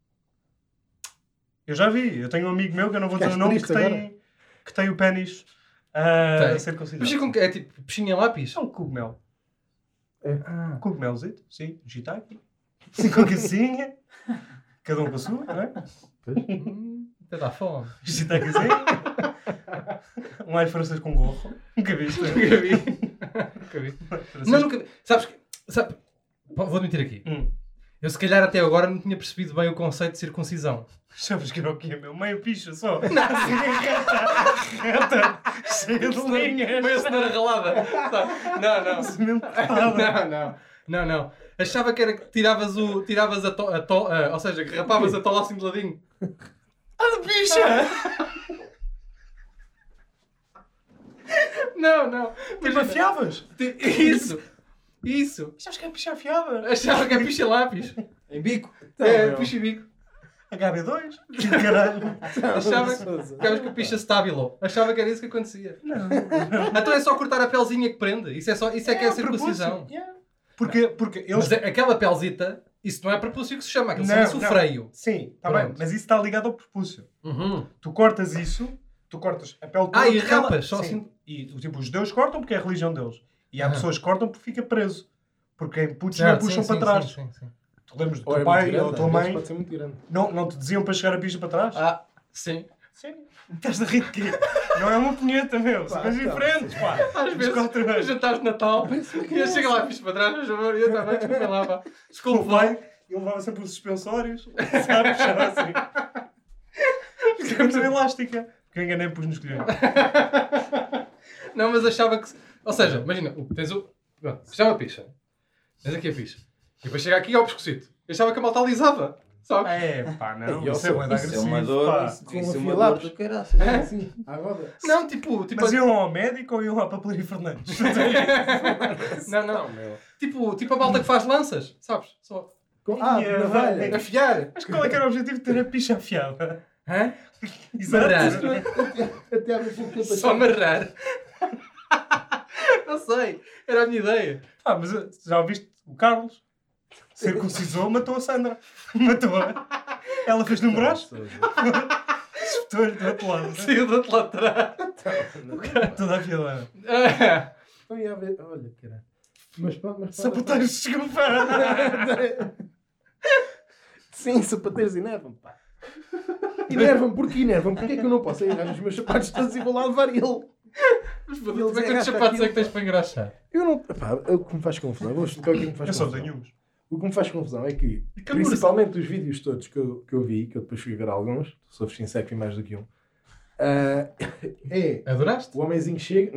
Eu já vi. Eu tenho um amigo meu, que eu não vou dizer o Ficaste nome, que triste tem, que tem o pênis Tem. circuncidado. Mas é tipo peixinha lápis? É um cogumelo. Ah. Cogumelzito, sim. Shiitake. Sim, com a casinha. Cada um com a sua, não é? Até dá fome. Shiitakezinho. Um alho francês com gorro. Nunca viste? Nunca vi. Não, nunca vi. Sabe, vou admitir aqui. Eu se calhar até agora não tinha percebido bem o conceito de circuncisão. Sabes que era o quê, meu? Meio picha só. Reta. Cheia de linhas. Meio cenoura ralada. Não. Achava que era que tiravas ou seja, que rapavas a tola assim de ladinho. Ah, de picha! Não. Tipo, afiavas? Isso. Sabes que é picha afiada? Achava que é picha lápis. Em bico. Picha e bico. HB2? Que caralho. Achava que a picha stabilo. Achava que era isso que acontecia. Não. Então é só cortar a pelzinha que prende. Isso é que é circuncisão. Porque eles... Mas aquela pelzita, isso não é prepúcio que se chama. Aquilo chama-se o freio. Sim, está bem. Pronto. Mas isso está ligado ao prepúcio. Uhum. Tu cortas isso, tu cortas a pele toda. E porque ela- rapas, só Sim. assim. E tipo, os deuses cortam porque é a religião deles. E há Aham. pessoas que cortam porque fica preso. Porque em putos não puxam para trás. Sim. Tu lembras do Ou teu é pai muito grande, ou a tua às vezes mãe? pode ser muito grande. Não te diziam para chegar a picha para trás? Sim. Sim. Estás a rir de quê? Não é uma punheta, meu. São coisas então, diferentes, pá. Às Dos vezes, 4 nos anos. jantares de Natal, e eu chego lá, picho para trás, por favor, e eu estava, desculpa lá, pá. O Desculpa. pai, ele levava sempre os suspensórios, sabe? Puxava assim. Ficamos a elástica. Porque eu enganei pus nos colhões. Não, mas achava que... Ou seja, imagina, tens o... Pronto, chama a picha. Tens aqui a picha. E depois chega aqui ao pescocito. Eu achava que a malta alisava. Sabes? Não. Eu Isso é sou- muito Isso é agressivo, uma dor, pá. isso Com é uma dor afilados. do caraças. Assim, à roda. Não, tipo Mas iam ao médico ou iam à Papelaria Fernandes? não. Tipo a malta que faz lanças, sabes? Só Navalha. afiar. Mas qual é que era o objetivo de ter a picha afiada? Hã? Exato. Marrar. Até há pouco tempo Só amarrar. Não sei. Era a minha ideia. Ah, mas já ouviste o Carlos? Circuncisou, matou a Sandra. Matou-a. Ela fez no braço. Espetou-lhe do outro lado. Saiu do outro lado de trás. Toda a fiadora. Então ia ver. Olha, caralho. Mas pronto. Sapateiros, desculpa. Sim, sapateiros enervam-me, pá. Enervam-me, porque enervam-me? Porque é que eu não posso agarrar os meus sapatos todos e vou lá levar ele? Mas quantos sapatos é que tens para engraxar? Eu não. Pá, o que me faz confusão. Vou explicar o que me faz Eu só confusão. tenho uns. O que me faz confusão é que, que principalmente os vídeos todos que eu vi, que eu depois fui ver alguns, sou sincero que vi mais do que um, é Adoraste? o homenzinho chega.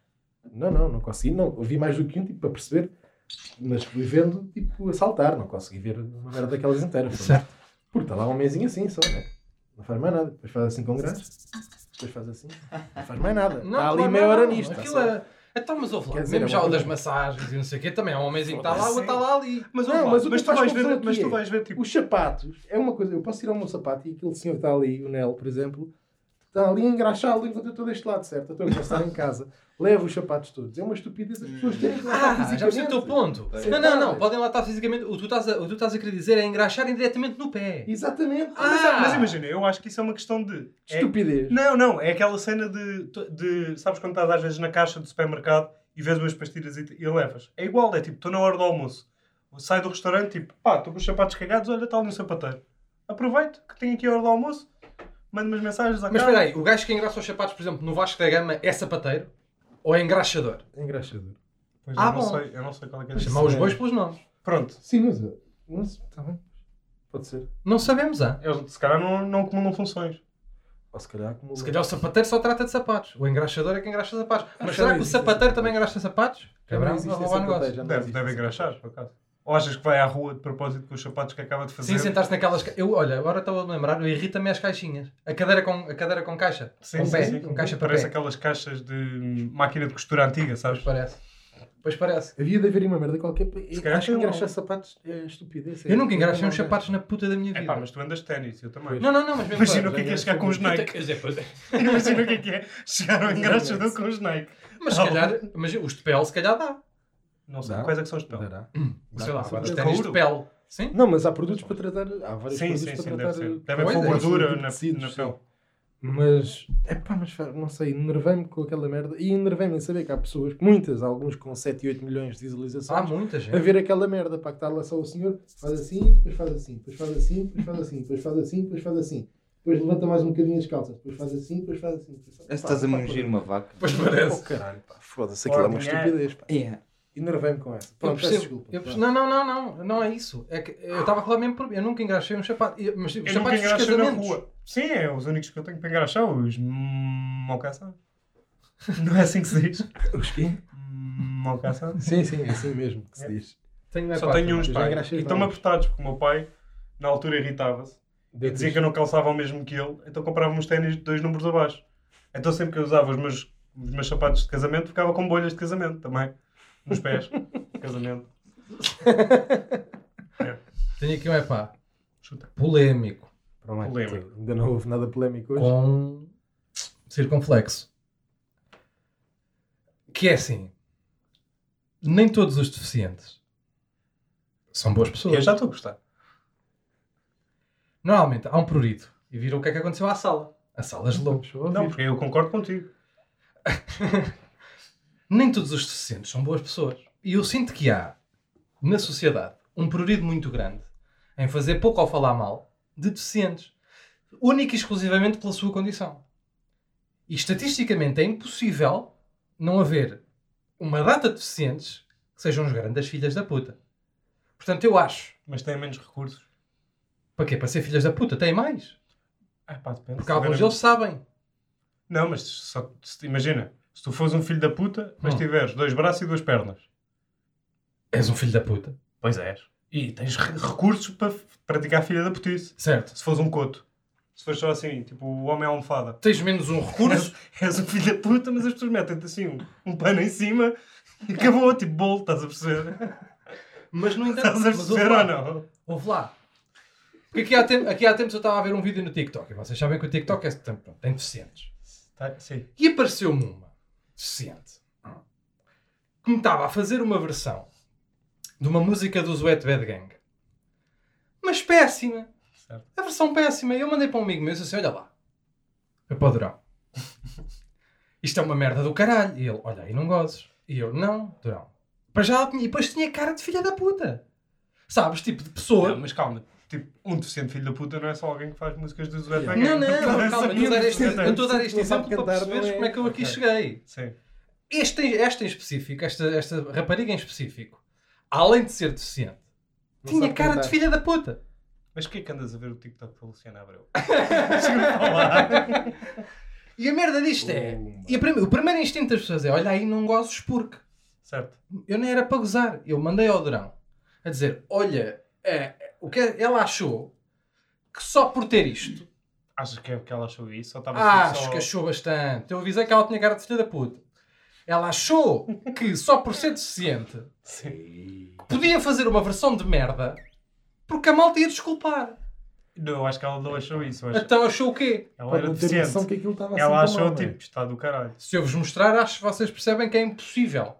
Não consegui, não. Eu vi mais do que um, tipo, para perceber, mas fui vendo, tipo, a saltar, não consegui ver uma merda daquelas inteiras. Certo. Porque está lá um homenzinho assim só, né? Não faz mais nada. Depois faz assim com graça, depois faz assim, não faz mais nada. Está ali claro, meia hora não. nisto. Aquilo tá só. é. Então, mas ouve lá. Quer dizer, Mesmo é já uma o das coisa- massagens e não sei o quê, também há um homenzinho que está lá, o outro está lá ali. Mas, Não, ouve lá, mas o que mas tu faz vais confusão ver, mas aqui tu é- vais ver tipo. Os sapatos, é uma coisa, eu posso tirar o meu sapato e aquele senhor que está ali, o Nel, por exemplo, está ali a engraxá-lo enquanto eu estou deste lado, certo? Eu estou a passar em casa, levo os sapatos todos. É uma estupidez as pessoas terem que lá estar fisicamente. Já percebi o teu ponto. Não. Podem lá estar fisicamente. O que tu estás a querer dizer é engraxarem diretamente no pé. Exatamente. Mas imagina, eu acho que isso é uma questão de. Estupidez. Não, é aquela cena de. Sabes quando estás às vezes na caixa do supermercado e vês umas pastilhas e levas? É igual, é tipo, estou na hora do almoço, sai do restaurante, tipo, pá, estou com os sapatos cagados, olha, está ali um sapateiro. Aproveito que tenho aqui a hora do almoço, mando umas mensagens à Mas cara. espera aí, o gajo que engraça os sapatos, por exemplo, no Vasco da Gama é sapateiro? Ou é engraxador? É engraxador. Pois bom. eu não sei qual é que é a Chamar os diferença. bois pelos nomes. Pronto, Sim, mas está bem. Pode ser. Não sabemos, hã? eles se calhar não acumulam funções. Ou se calhar como Se calhar o sapateiro só trata de sapatos. O engraxador é quem engraxa sapatos. Mas já será não que o existe sapateiro esse também sapato. engraxa sapatos? Cabrão, existe a esse roubar sapateiro, negócio. já não Deve existe esse engraxar, sapato. por acaso. Ou achas que vai à rua de propósito com os sapatos que acaba de fazer? Sim, sentar-se naquelas... Olha, agora estava a me lembrar, irrita-me as caixinhas. A cadeira com caixa. Sim, com sim, pé. sim. Com caixa para Parece pé. aquelas caixas de máquina de costura antiga, sabes? Pois parece. Havia de haver uma merda qualquer. calhar Acho que tem engraxar sapatos é estupidez. Eu nunca engraxei uns sapatos na puta da minha É vida. pá, mas tu andas de ténis, eu também. Não, mas mesmo Imagina o que é chegar com os Nike. Quer dizer, pois é. Imagina o que é chegar ao engraxador com os Nike. Mas se calhar, imagina, os de pele se calhar dá. Não sei Dá? quais é que são os de pele. Dará. Sei lá, Dá. os ténis de pele. Sim? Não, mas há produtos para tratar. Há vários Sim, produtos sim, para sim, tratar. deve ser. Deve Pois haver é, gordura tipo na tecidos, pele. Mas, não sei, enervei-me com aquela merda. E enervei-me em saber que há pessoas, muitas, alguns com 7 e 8 milhões de Há visualizações, muita a gente. ver aquela merda. Para que está lá só o senhor, faz assim, depois faz assim, depois faz assim, depois faz assim, depois faz assim, depois faz assim. Depois levanta mais um bocadinho as calças, depois faz assim, depois faz assim. Depois faz... Parece que estás a mungir uma vaca. Pois parece. Oh caralho, pá, foda-se, aquilo é uma estupidez. Pá. Enervei-me com essa. Eu Pronto, peço percebo. desculpa. Não é isso. É que eu estava a falar mesmo por... Eu nunca engraxei um sapato. Mas os Eu nunca sapatos dos engraxei na casamentos. rua. Sim, é os únicos que eu tenho para engraxar, os mocaçãs. Não é assim que se diz? Os quê? Mocaçãs. Sim, é assim mesmo que se diz. Só tenho uns, eu já pá. engraxei E estão-me vários. apertados, porque o meu pai, na altura, irritava-se. E dizia que eu não calçava o mesmo que ele, então comprava uns ténis de 2 números abaixo. Então sempre que eu usava os meus sapatos de casamento, ficava com bolhas de casamento também. Nos pés. De casamento. Tenho aqui um epá. Chuta. Polémico. Pronto, Polémico. ainda não houve nada polémico hoje. Com circunflexo. Que é assim. Nem todos os deficientes são boas pessoas. Eu já estou a gostar. Normalmente há um prurito. E viram o que é que aconteceu à sala. A sala gelou. Não, porque eu concordo contigo. Nem todos os deficientes são boas pessoas. E eu sinto que há, na sociedade, um prurido muito grande em fazer pouco ou falar mal de deficientes. Única e exclusivamente pela sua condição. E estatisticamente é impossível não haver uma data de deficientes que sejam os grandes filhas da puta. Portanto, eu acho... Mas têm menos recursos. Para quê? Para ser filhas da puta? Tem mais. Pá, depende. Porque alguns deles sabem. Não, mas imagina. Se tu fores um filho da puta, mas tiveres 2 braços e 2 pernas. És um filho da puta. Pois és. E tens recursos para praticar a filha da putice. Certo. Se fores um coto. Se fores só assim, tipo, o homem almofada. Tens menos um recurso. És um filho da puta, mas as pessoas metem-te assim um pano em cima e acabou, tipo, bolo, estás a perceber? Mas no entanto... Estás a perceber ou não? Ouve lá. Porque aqui há tempos eu estava a ver um vídeo no TikTok. E vocês sabem que o TikTok tem deficientes. Sim. E apareceu-me uma deficiente que me estava a fazer uma versão de uma música do Wet Bad Gang. Mas péssima. Certo. A versão péssima. E eu mandei para um amigo meu e disse assim, olha lá. É para o Durão. Isto é uma merda do caralho. E ele, olha aí, não gozes. E eu, não, Durão. Para já ela tinha, e depois tinha cara de filha da puta. Sabes? Tipo de pessoa... Não, mas calma. Tipo, um deficiente filho da puta não é só alguém que faz músicas do Zé Bang. Não, calma. Eu estou a dar este Não sabe exemplo para cantar, perceberes não é? como é que eu aqui cheguei. Sim. Esta em específico, esta rapariga em específico, além de ser deficiente, Não tinha sabe cara cantar. de filha da puta. Mas porquê que andas a ver o TikTok da Luciana Abreu? Deixa-me falar. E a merda disto é... E o primeiro instinto das pessoas é, olha aí, não gozes porque... Certo. Eu nem era para gozar. Eu mandei ao Durão a dizer, olha, o que ela achou que só por ter isto... Achas que é porque ela achou isso? Ou estava Acho só... que achou bastante. Eu avisei que ela tinha cara de filha da puta. Ela achou que só por ser deficiente podia fazer uma versão de merda porque a malta ia desculpar. Não, eu acho que ela não achou isso. Eu acho... Então achou o quê? Ela Pá, era não ter noção deficiente. que aquilo estava assim Ela tão achou, mal, tipo, está do caralho. Se eu vos mostrar, acho que vocês percebem que é impossível.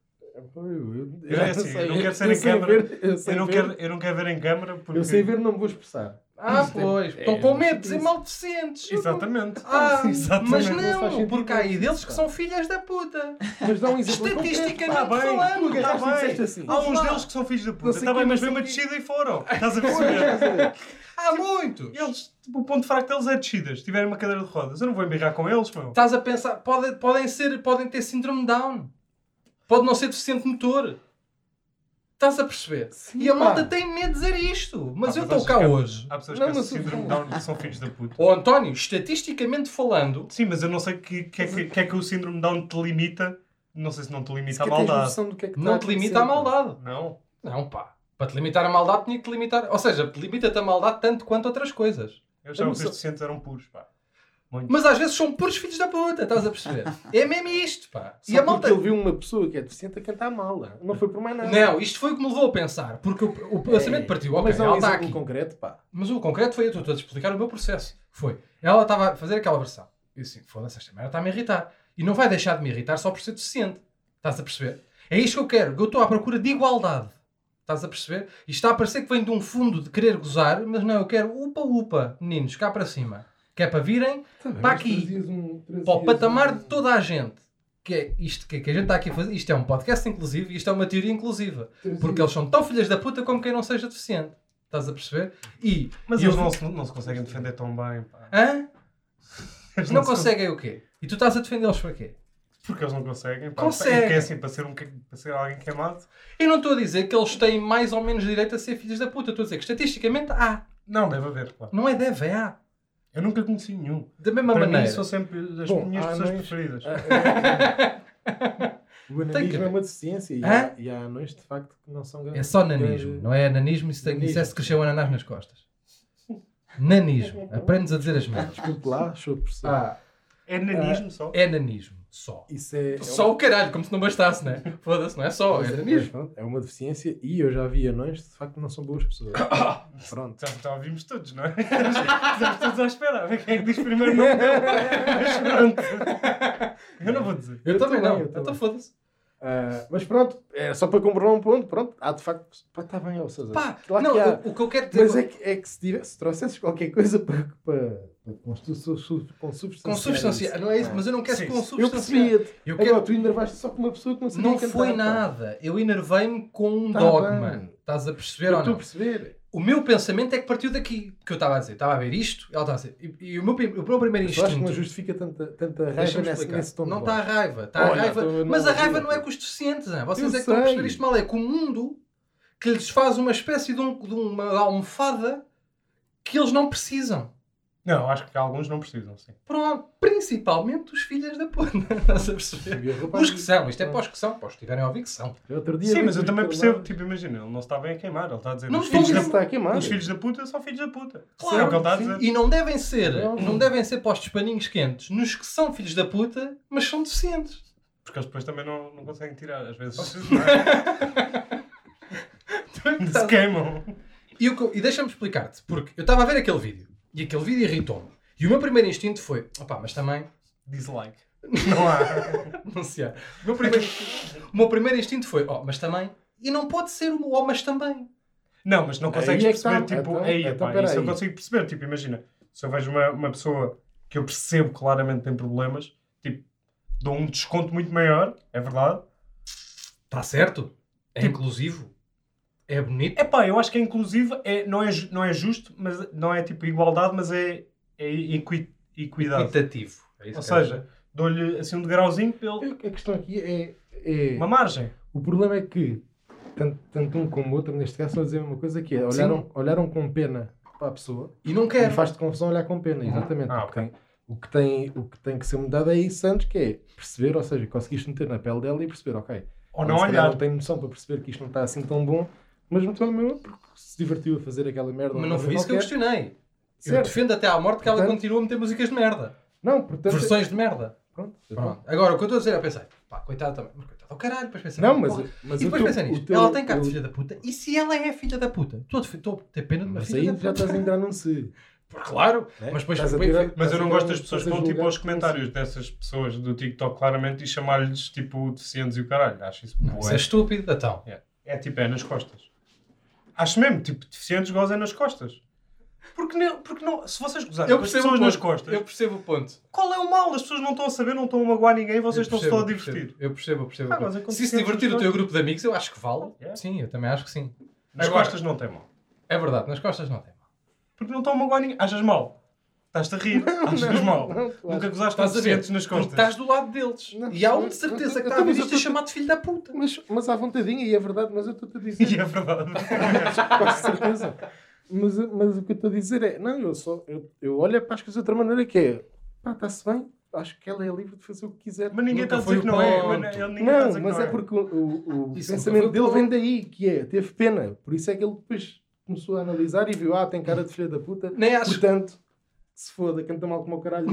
Eu não quero ser em câmara. Eu não quero ver em câmara porque... Eu sei ver, não me vou expressar. Pois. Estão com medo de dizer mal deficientes. Exatamente. Mas Não faz não, sentido, porque há aí não. deles que são filhas da puta. Mas dá um exemplo Estatisticamente Tá bem, falando. tá agarraste e bem. disseste assim. Há uns Lá. deles que são filhos da Não puta. sei Está bem, quem, mas não veio uma sei descida e foram. Estás a perceber? Há muitos. Eles, tipo, o ponto fraco deles é descidas. Se tiverem uma cadeira de rodas, eu não vou embirrar com eles, meu. Estás a pensar, podem ter síndrome de Down. Pode não ser deficiente motor. Estás a perceber? Sim, E a pá. malta tem medo de dizer isto. Mas eu estou achas cá que hoje. Há pessoas Não, que mas têm síndrome de Down que são filhos da puta. Ó António, estatisticamente falando, Sim, mas eu não sei que é que o síndrome de Down te limita. Não sei se não te limita a Sequer tens maldade. noção do que é que não está te a limita a acontecer, pá. maldade. Não. Não, pá. Para te limitar a maldade tinha que te limitar... Ou seja, limita-te a maldade tanto quanto outras coisas. Eu achava que os deficientes eram puros, pá. Muito. Mas às vezes são puros filhos da puta, estás a perceber? É mesmo isto, pá. Só E a porque malta... ele viu uma pessoa que é deficiente a cantar mal. Não foi por mais nada. Não, isto foi o que me levou a pensar. Porque o pensamento partiu. Ok, Mas há ela um está exemplo aqui. concreto, pá. Mas o concreto foi eu estou a explicar o meu processo. Foi. Ela estava a fazer aquela versão. Eu disse, foda-se, esta merda está-me a irritar. E não vai deixar de me irritar só por ser deficiente. Estás a perceber? É isto que eu quero. Eu estou à procura de igualdade. Estás a perceber? E está a parecer que vem de um fundo de querer gozar, mas não, eu quero upa, meninos, cá para cima. Que é para virem para aqui. Para o patamar de toda a gente. Que é isto que a gente está aqui a fazer. Isto é um podcast inclusivo e isto é uma teoria inclusiva. Porque eles são tão filhas da puta como quem não seja deficiente. Estás a perceber? Mas e eles eu- não se conseguem defender tão bem, pá. Hã? Eles Não se conseguem o quê? E tu estás a defendê-los para quê? Porque eles não conseguem, pá. Conseguem. É que é assim, para ser alguém queimado. Eu não estou a dizer que eles têm mais ou menos direito a ser filhos da puta. Estou a dizer que estatisticamente há. Não, deve haver, claro. Não é deve, é há. Eu nunca conheci nenhum. Da mesma Para maneira. mim, são sempre as Bom, minhas há pessoas anões- preferidas. O Tem que ananismo ver. é uma deficiência Hã? e há anões de facto que não são grandes. É só nanismo. Não é ananismo. Isso é se cresceu ananás nas costas. Nanismo. Aprendes a dizer as merdas. Desculpe lá, show de pressão. É nanismo só. É nanismo. Só. Isso é. Só o caralho, como se não bastasse, né? Foda-se, não é só. É Mas nanismo. pronto, é uma deficiência e eu já vi anões de facto que não são boas pessoas. Pronto. Já ouvimos todos, não é? Estamos todos à espera. A ver quem é que diz primeiro nome dele. Mas pronto. Eu não vou dizer. Eu também não. eu também. Então foda-se. Mas pronto, é só para comprovar um ponto. Pronto, há de facto. Pá, está bem, ó Sousa. Pá, Claro não, que há. o que eu quero dizer... Mas é que se trouxesses qualquer coisa com Consubstanciar, não é isso, mas eu não quero Sim, consubstanciar. Eu percebi-te. Eu Agora quero... tu enervaste só com uma pessoa que não sabia Não cantar, foi pá. nada. Eu enervei-me com um Tá dogma. bem. Estás a perceber Eu ou estou a não? perceber. O meu pensamento é que partiu daqui. Que eu estava a dizer. Estava a ver isto, ela estava a dizer. E o meu primeiro Eu acho que não instinto... justifica tanta raiva Deixa-me nesse explicar. tom de Não voz. está a raiva. Está a Olha, raiva. estou- Mas não a raiva ouvi, não é pô. com os deficientes. Não é? Vocês Eu é que estão a perceber sei. isto mal. É com o mundo que lhes faz uma espécie de uma almofada que eles não precisam. Não, acho que alguns não precisam, sim. Pronto, principalmente os filhos da puta. Estás a perceber? Os que são, isto é para os que são, para os que tiverem a ouvir que são. Sim, mas eu também percebo, tipo, imagina, ele não está bem a queimar, ele está a dizer Não os filhos, está a queimar. os filhos da puta são filhos da puta. Claro, É o que ele está a dizer. E não devem ser postos paninhos quentes nos que são filhos da puta, mas são deficientes. Porque eles depois também não conseguem tirar, às vezes se queimam. E deixa-me explicar-te, porque eu estava a ver aquele vídeo, e aquele vídeo irritou-me. E o meu primeiro instinto foi, opá, mas também... Dislike. Não há. Não sei. O meu primeiro instinto foi, mas também... E não pode ser o mas também. Não, mas não consegues perceber, tipo... Então, isso eu consigo perceber, tipo, imagina, se eu vejo uma pessoa que eu percebo claramente tem problemas, tipo, dou um desconto muito maior, é verdade. Está certo? É Tipo, inclusivo? É bonito? Eu acho que é inclusivo, não é justo, mas não é tipo igualdade, mas é equidade. Equitativo. É isso. Ou seja, dou-lhe assim um degrauzinho pelo... A questão aqui é... uma margem. O problema é que, tanto um como o outro, neste caso, estão a dizer a mesma coisa, que é, olharam com pena para a pessoa e não quer. E faz-te confusão olhar com pena, exatamente. Okay. O que tem que ser mudado é isso antes, que é perceber, ou seja, conseguiste meter na pele dela e perceber, ok. Ou não olhar. Não tem noção para perceber que isto não está assim tão bom, mas não estou mesmo porque se divertiu a fazer aquela merda. Mas não foi isso que eu questionei. Certo. Eu defendo até à morte que ela continua a meter músicas de merda. Não, portanto... Versões de merda. Pronto. Agora, o que eu estou a dizer, eu pensei, pá, coitada também. Mas coitada, caralho, depois pensei... Não, mas e depois pensei nisto. Ela tem cara de filha da puta. E se ela é filha da puta? Estou a ter pena de uma filha da puta. Mas aí já estás a entrar num se... Claro, mas depois... Mas eu não gosto das pessoas que vão tipo aos comentários dessas pessoas do TikTok claramente e chamar-lhes tipo deficientes e o caralho. Acho isso isso é estúpido, então. É tipo, é nas costas. Acho mesmo, tipo, deficientes gozem nas costas. Porque não, se vocês gozarem com as pessoas nas costas... Eu percebo o ponto. Qual é o mal? As pessoas não estão a saber, não estão a magoar ninguém, vocês estão só a divertir. Eu percebo. Se se divertir o teu grupo de amigos, eu acho que vale. Sim, eu também acho que sim. Nas costas não tem mal. É verdade, nas costas não tem mal. Porque não estão a magoar ninguém. Achas mal? Estás-te a rir? Achas mal? Nunca gozaste com deficientes nas costas. Estás do lado deles. E há um de certeza que está a ver isto a chamar de filho da puta. Mas à vontadinha, e é verdade, mas eu estou-te a dizer. E é verdade. Com certeza. Mas o que eu estou a dizer é, não, eu olho para as coisas de outra maneira, que é, pá, está-se bem, acho que ela é livre de fazer o que quiser. Mas ninguém está a dizer que não é. Não, mas é porque o pensamento dele vem daí, que é, teve pena. Por isso é que ele depois começou a analisar e viu, tem cara de filha da puta, portanto, se foda, canta mal como o caralho.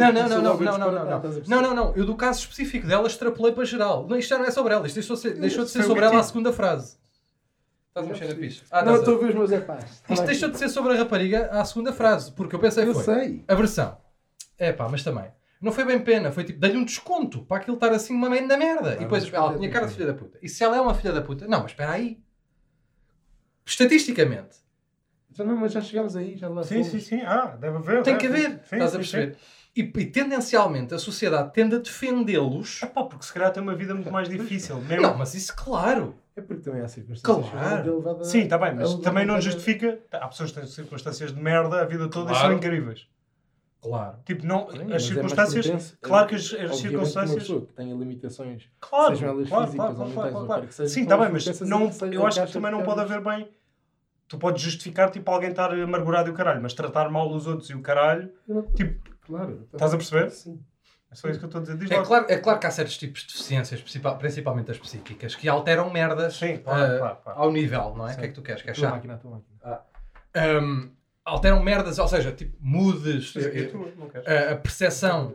Não. Eu do caso específico dela extrapolei para geral. Não, isto já não é sobre ela, isto deixou de ser sobre ela a segunda frase. Estás a mexer na picha? Não, estou a ver os meus epás. Isto deixou de ser sobre a rapariga à segunda frase, porque eu pensei a versão. Mas também. Não foi bem pena, foi tipo, dei-lhe um desconto para aquilo estar assim uma da merda. E depois ela tinha cara de filha da puta. E se ela é uma filha da puta? Não, mas espera aí. Estatisticamente. Não, mas já chegamos aí, já lá sim. Deve haver. Tem que haver, estás a perceber? E tendencialmente a sociedade tende a defendê-los. Porque se calhar tem uma vida muito mais difícil. Mesmo. Não, mas isso claro. É porque também há circunstâncias. Claro. Sim, está bem, mas também não justifica. Há pessoas que têm circunstâncias de merda a vida toda e são incríveis. Claro. Tipo, não, as circunstâncias. Claro que as circunstâncias. Uma pessoa que tenha limitações, claro, sejam elas físicas ou mentais, ou quer que seja. Sim, está bem, mas não, eu acho que também não pode haver bem. Tu podes justificar, tipo, alguém estar amargurado e o caralho, mas tratar mal os outros e o caralho, tipo, claro, estás a perceber? Sim. É só isso que eu estou a dizer. É claro que há certos tipos de deficiências, principalmente as psíquicas, que alteram merdas ao nível, não é? O que é que tu queres? Queres chá? Alteram merdas, ou seja, tipo, mudes a percepção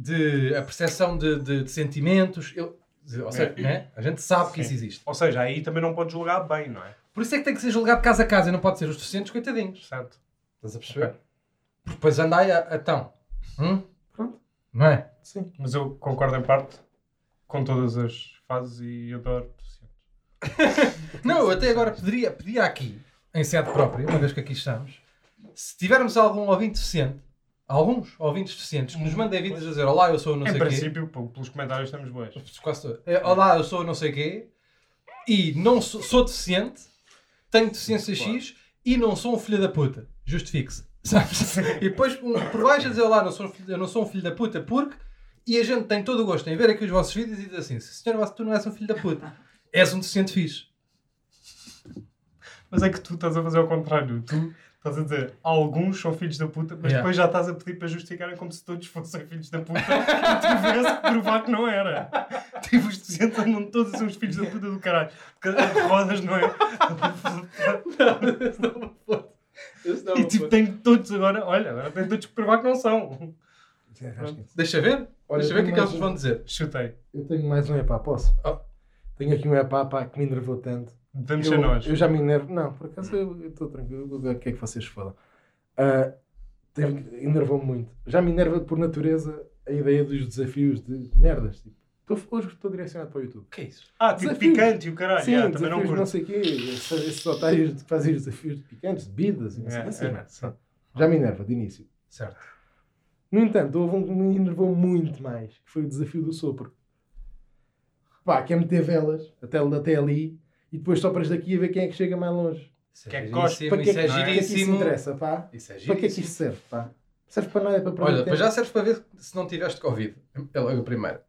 de sentimentos. Ou seja, né? A gente sabe que isso existe. Ou seja, aí também não pode julgar bem, não é? Por isso é que tem que ser julgado casa a casa e não pode ser os deficientes coitadinhos. Certo. Estás a perceber? Porque depois anda aí então. Pronto. Não é? Sim. Mas eu concordo em parte com todas as fases e adoro deficientes. Não, eu até agora pedia aqui, em sede própria, uma vez que aqui estamos, se tivermos algum ouvinte deficiente, alguns ouvintes deficientes que nos mandem vídeos a dizer olá, eu sou não sei o quê. Em princípio, pelos comentários estamos boas. Olá, eu sou não sei o quê e não sou deficiente, tenho deficiência X e não sou um filho da puta. Justifique-se. E depois por baixo a dizer olá, eu não sou um filho da puta porque... E a gente tem todo o gosto em ver aqui os vossos vídeos e dizer assim, senhor, tu não és um filho da puta. És um deficiente fixe. Mas é que tu estás a fazer ao contrário. Tu Estás a dizer, alguns são filhos da puta, mas depois já estás a pedir para justificarem como se todos fossem filhos da puta e tivesse que provar que não era. Tipo, os deficientes andam todos a ser os filhos da puta do caralho. Cadeira de rodas, não é? Não, esse não me foda. E tipo, tem todos agora, olha, agora tem todos que provar que não são. Deixa ver. Olha, Deixa ver o que é que eles mais vão dizer. Chutei. Eu tenho mais um epá, posso? Oh. Tenho aqui um epá, pá, que me enervou tanto. Devemos ser nós. Eu já me enervo. Não, por acaso eu estou tranquilo. O que é que vocês fodam? Enervou-me muito. Já me enerva por natureza a ideia dos desafios de merdas. Tipo, hoje estou direcionado para o YouTube. O que é isso? Tipo Desafios. picante e o caralho. Sim, também desafios não curto. não sei o quê. Esses otários de fazer desafios de picantes, de bebidas e não sei o quê. Assim. Já me enerva, de início. Certo. No entanto, houve um que me enervou muito mais, que foi o desafio do sopro. Pá, que é meter velas até ali e depois sopras daqui a ver quem é que chega mais longe. Isso Que é giríssimo, Para que é isso que, é para que é que isso giríssimo. interessa, pá? Isso é Para que é que giríssimo. isto serve, pá? Serve para nada, é para perder Olha, tempo. mas já serve para ver se não tiveste Covid. É logo a primeira.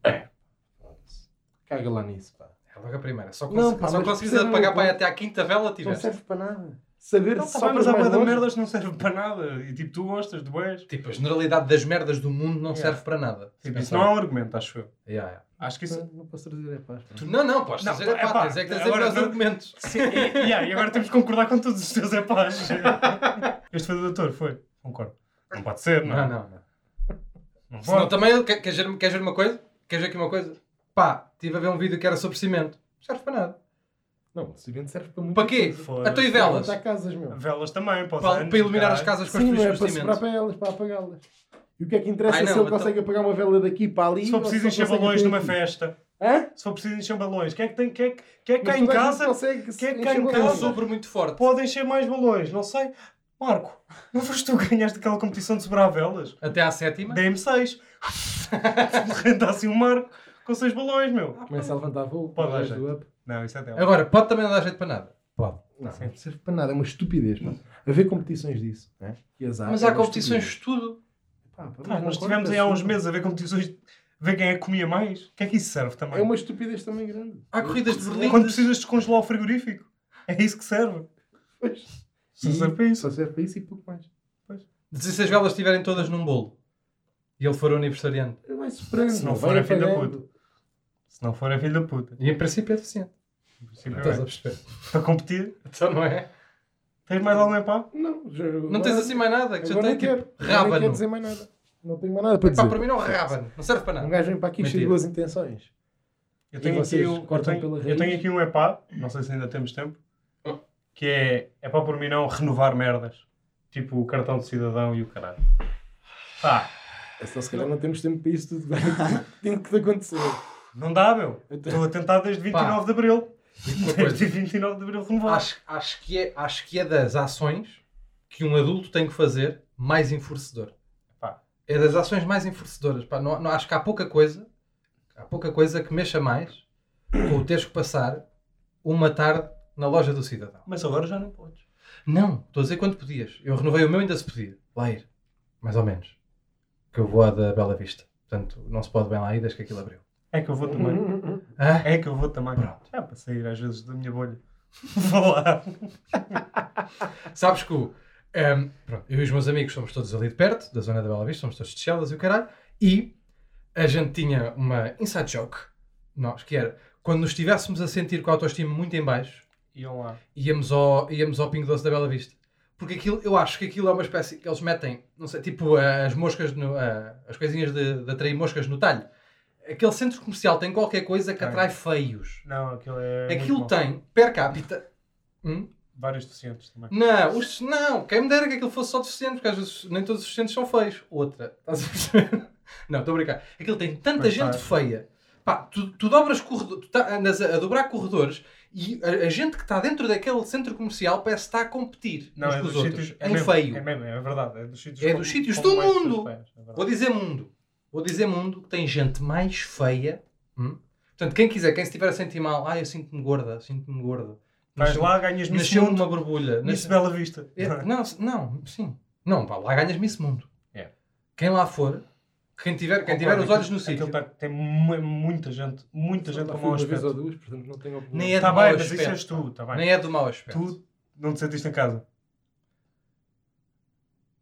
Caga lá nisso, pá. É logo a primeira. Só, Não, pá, só mas consegues percebe apagar o para aí ponto. até à quinta vela Não tiveste. serve para nada. Saber Não, se tá bem, sopras mas há mais bué de longe... merdas que não serve para nada. E tipo, tu gostas de boés. Tipo, a generalidade das merdas do mundo não serve para nada. Tipo, isso não é um argumento, acho eu. Yeah. Acho que isso... Não posso trazer é paz. Não, podes Não, dizer epá, tens é que trazer agora melhores não- argumentos. Sim, e agora temos que concordar com todos os teus epás. Este foi do doutor, foi? Concordo. Não pode ser, não? Não. Não Senão pode. também, queres ver uma coisa? Queres ver aqui uma coisa? Pá, estive a ver um vídeo que era sobre cimento. Não serve para nada. Não, o cimento serve para muito. Para quê? Foda-se. Então e velas? Para casas, meu. Velas também, pode Para iluminar as casas Sim, não é construídas para por sobrar cimento. para elas, para apagá-las. E o que é que interessa Ai, não, se ele então- consegue apagar uma vela daqui para ali? Se for ou preciso só encher consegue balões até numa aqui? festa. Hã? Se for preciso encher balões. Quem é que tem... Quem é que Mas cá em toda a gente casa consegue quem é que encher cá em balões. Tem um casa? sopro muito forte. pode encher mais balões? Não sei. Marco, não foste tu que ganhaste aquela competição de sobrar velas? Até à sétima. Dei-me 6. Renta assim um Marco com 6 balões, meu. Começa a levantar voo. Pode dar do jeito. up. Não, isso é dela. Agora, pode também não dar jeito para nada. Pode. Não serve para nada, é uma estupidez. Pá. Haver competições disso. Né? Que azar, Mas é há uma competições de estupidez. tudo. Pá, Nós não estivemos conta, aí há uns chupa. meses a ver competições, ver quem é que comia mais. O que é que isso serve também? É uma estupidez também grande. Há corridas de berlindes. Quando precisas descongelar o frigorífico. É isso que serve. Pois. Só serve para isso. Só serve para isso e pouco mais. Se as velas estiverem todas num bolo e ele for o aniversariante. Vai soprando. Se não vai for, é filho da apagando. puta. Se não for, é filho da puta. E em princípio é deficiente. Sim, Estás a perceber? Para competir. Então não é? Tens mais algum epá? Não, Não tens assim mais nada. Que já agora tem não tipo quero. Agora não quero rábano. dizer mais nada. Não tenho mais nada para dizer. Pá, para mim não é rábano. Não serve para Um nada. gajo vem para aqui cheio de Mentira. boas intenções. Eu E tenho, aqui vocês um, cortam pela eu raiz? tenho aqui um epá, não sei se ainda temos tempo, que é epá por mim não renovar merdas. Tipo o cartão de cidadão e o caralho. Pá, É só se calhar não temos tempo para isso tudo. Tem que acontecer. não dá, meu. Estou a tentar desde 29 de Abril. Uma coisa. Desde 29 de Abril renovar. Acho que é das ações que um adulto tem que fazer mais enforcedor. Pá. É das ações mais enforcedoras. Pá, não, acho que há pouca coisa que mexa mais com o teres que passar uma tarde na loja do cidadão. Mas agora já não podes. Não, estou a dizer quando podias. Eu renovei o meu, ainda se podia. Lá ir. Mais ou menos. Que eu vou à da Bela Vista. Portanto, não se pode bem lá ir desde que aquilo abriu. É que eu vou também. Hã? É que eu vou também. Pronto. Já para sair às vezes da minha bolha. Vou lá. Sabes que pronto, eu e os meus amigos somos todos ali de perto, da zona da Bela Vista, somos todos de Chelas e o caralho, e a gente tinha uma inside joke, nós, que era, quando nos estivéssemos a sentir com a autoestima muito em baixo, Iam lá. íamos ao Pingo Doce da Bela Vista. Porque aquilo, eu acho que aquilo é uma espécie que eles metem, não sei, tipo as moscas, as coisinhas de atrair moscas no talho. Aquele centro comercial tem qualquer coisa que atrai feios. Não, aquilo é. Aquilo muito mau. tem, per capita... Vários deficientes também. Não, quem me dera que aquilo fosse só deficiente, porque às vezes nem todos os deficientes são feios. Outra, estás a perceber? Não, estou a brincar. Aquilo tem tanta Pois gente está. feia. Pá, tu dobras corredores, andas a dobrar corredores e a gente que está dentro daquele centro comercial parece que está a competir Não, uns é com os dos outros. sítios. Em mesmo, feio. É mesmo, é verdade. É dos sítios, É com- dos sítios com do mais mundo. pessoas feias, é verdade. Vou dizer mundo que tem gente mais feia. Portanto, quem quiser, quem se estiver a sentir mal, eu sinto-me gorda. Vais lá, ganhas Miss Nasceu Mundo, uma borbulha. Miss Bela Vista. Não, sim. Não, pá, lá ganhas Miss Mundo. É. Quem lá for, quem tiver os olhos no sítio, Tem muita gente com mau Uma vez aspecto. ou duas, portanto não tenho opinião. nem é Tá do bem, mau mas isso aspecto. és tu, tá bem. Nem é do mau aspecto. Tu não te sentiste em casa.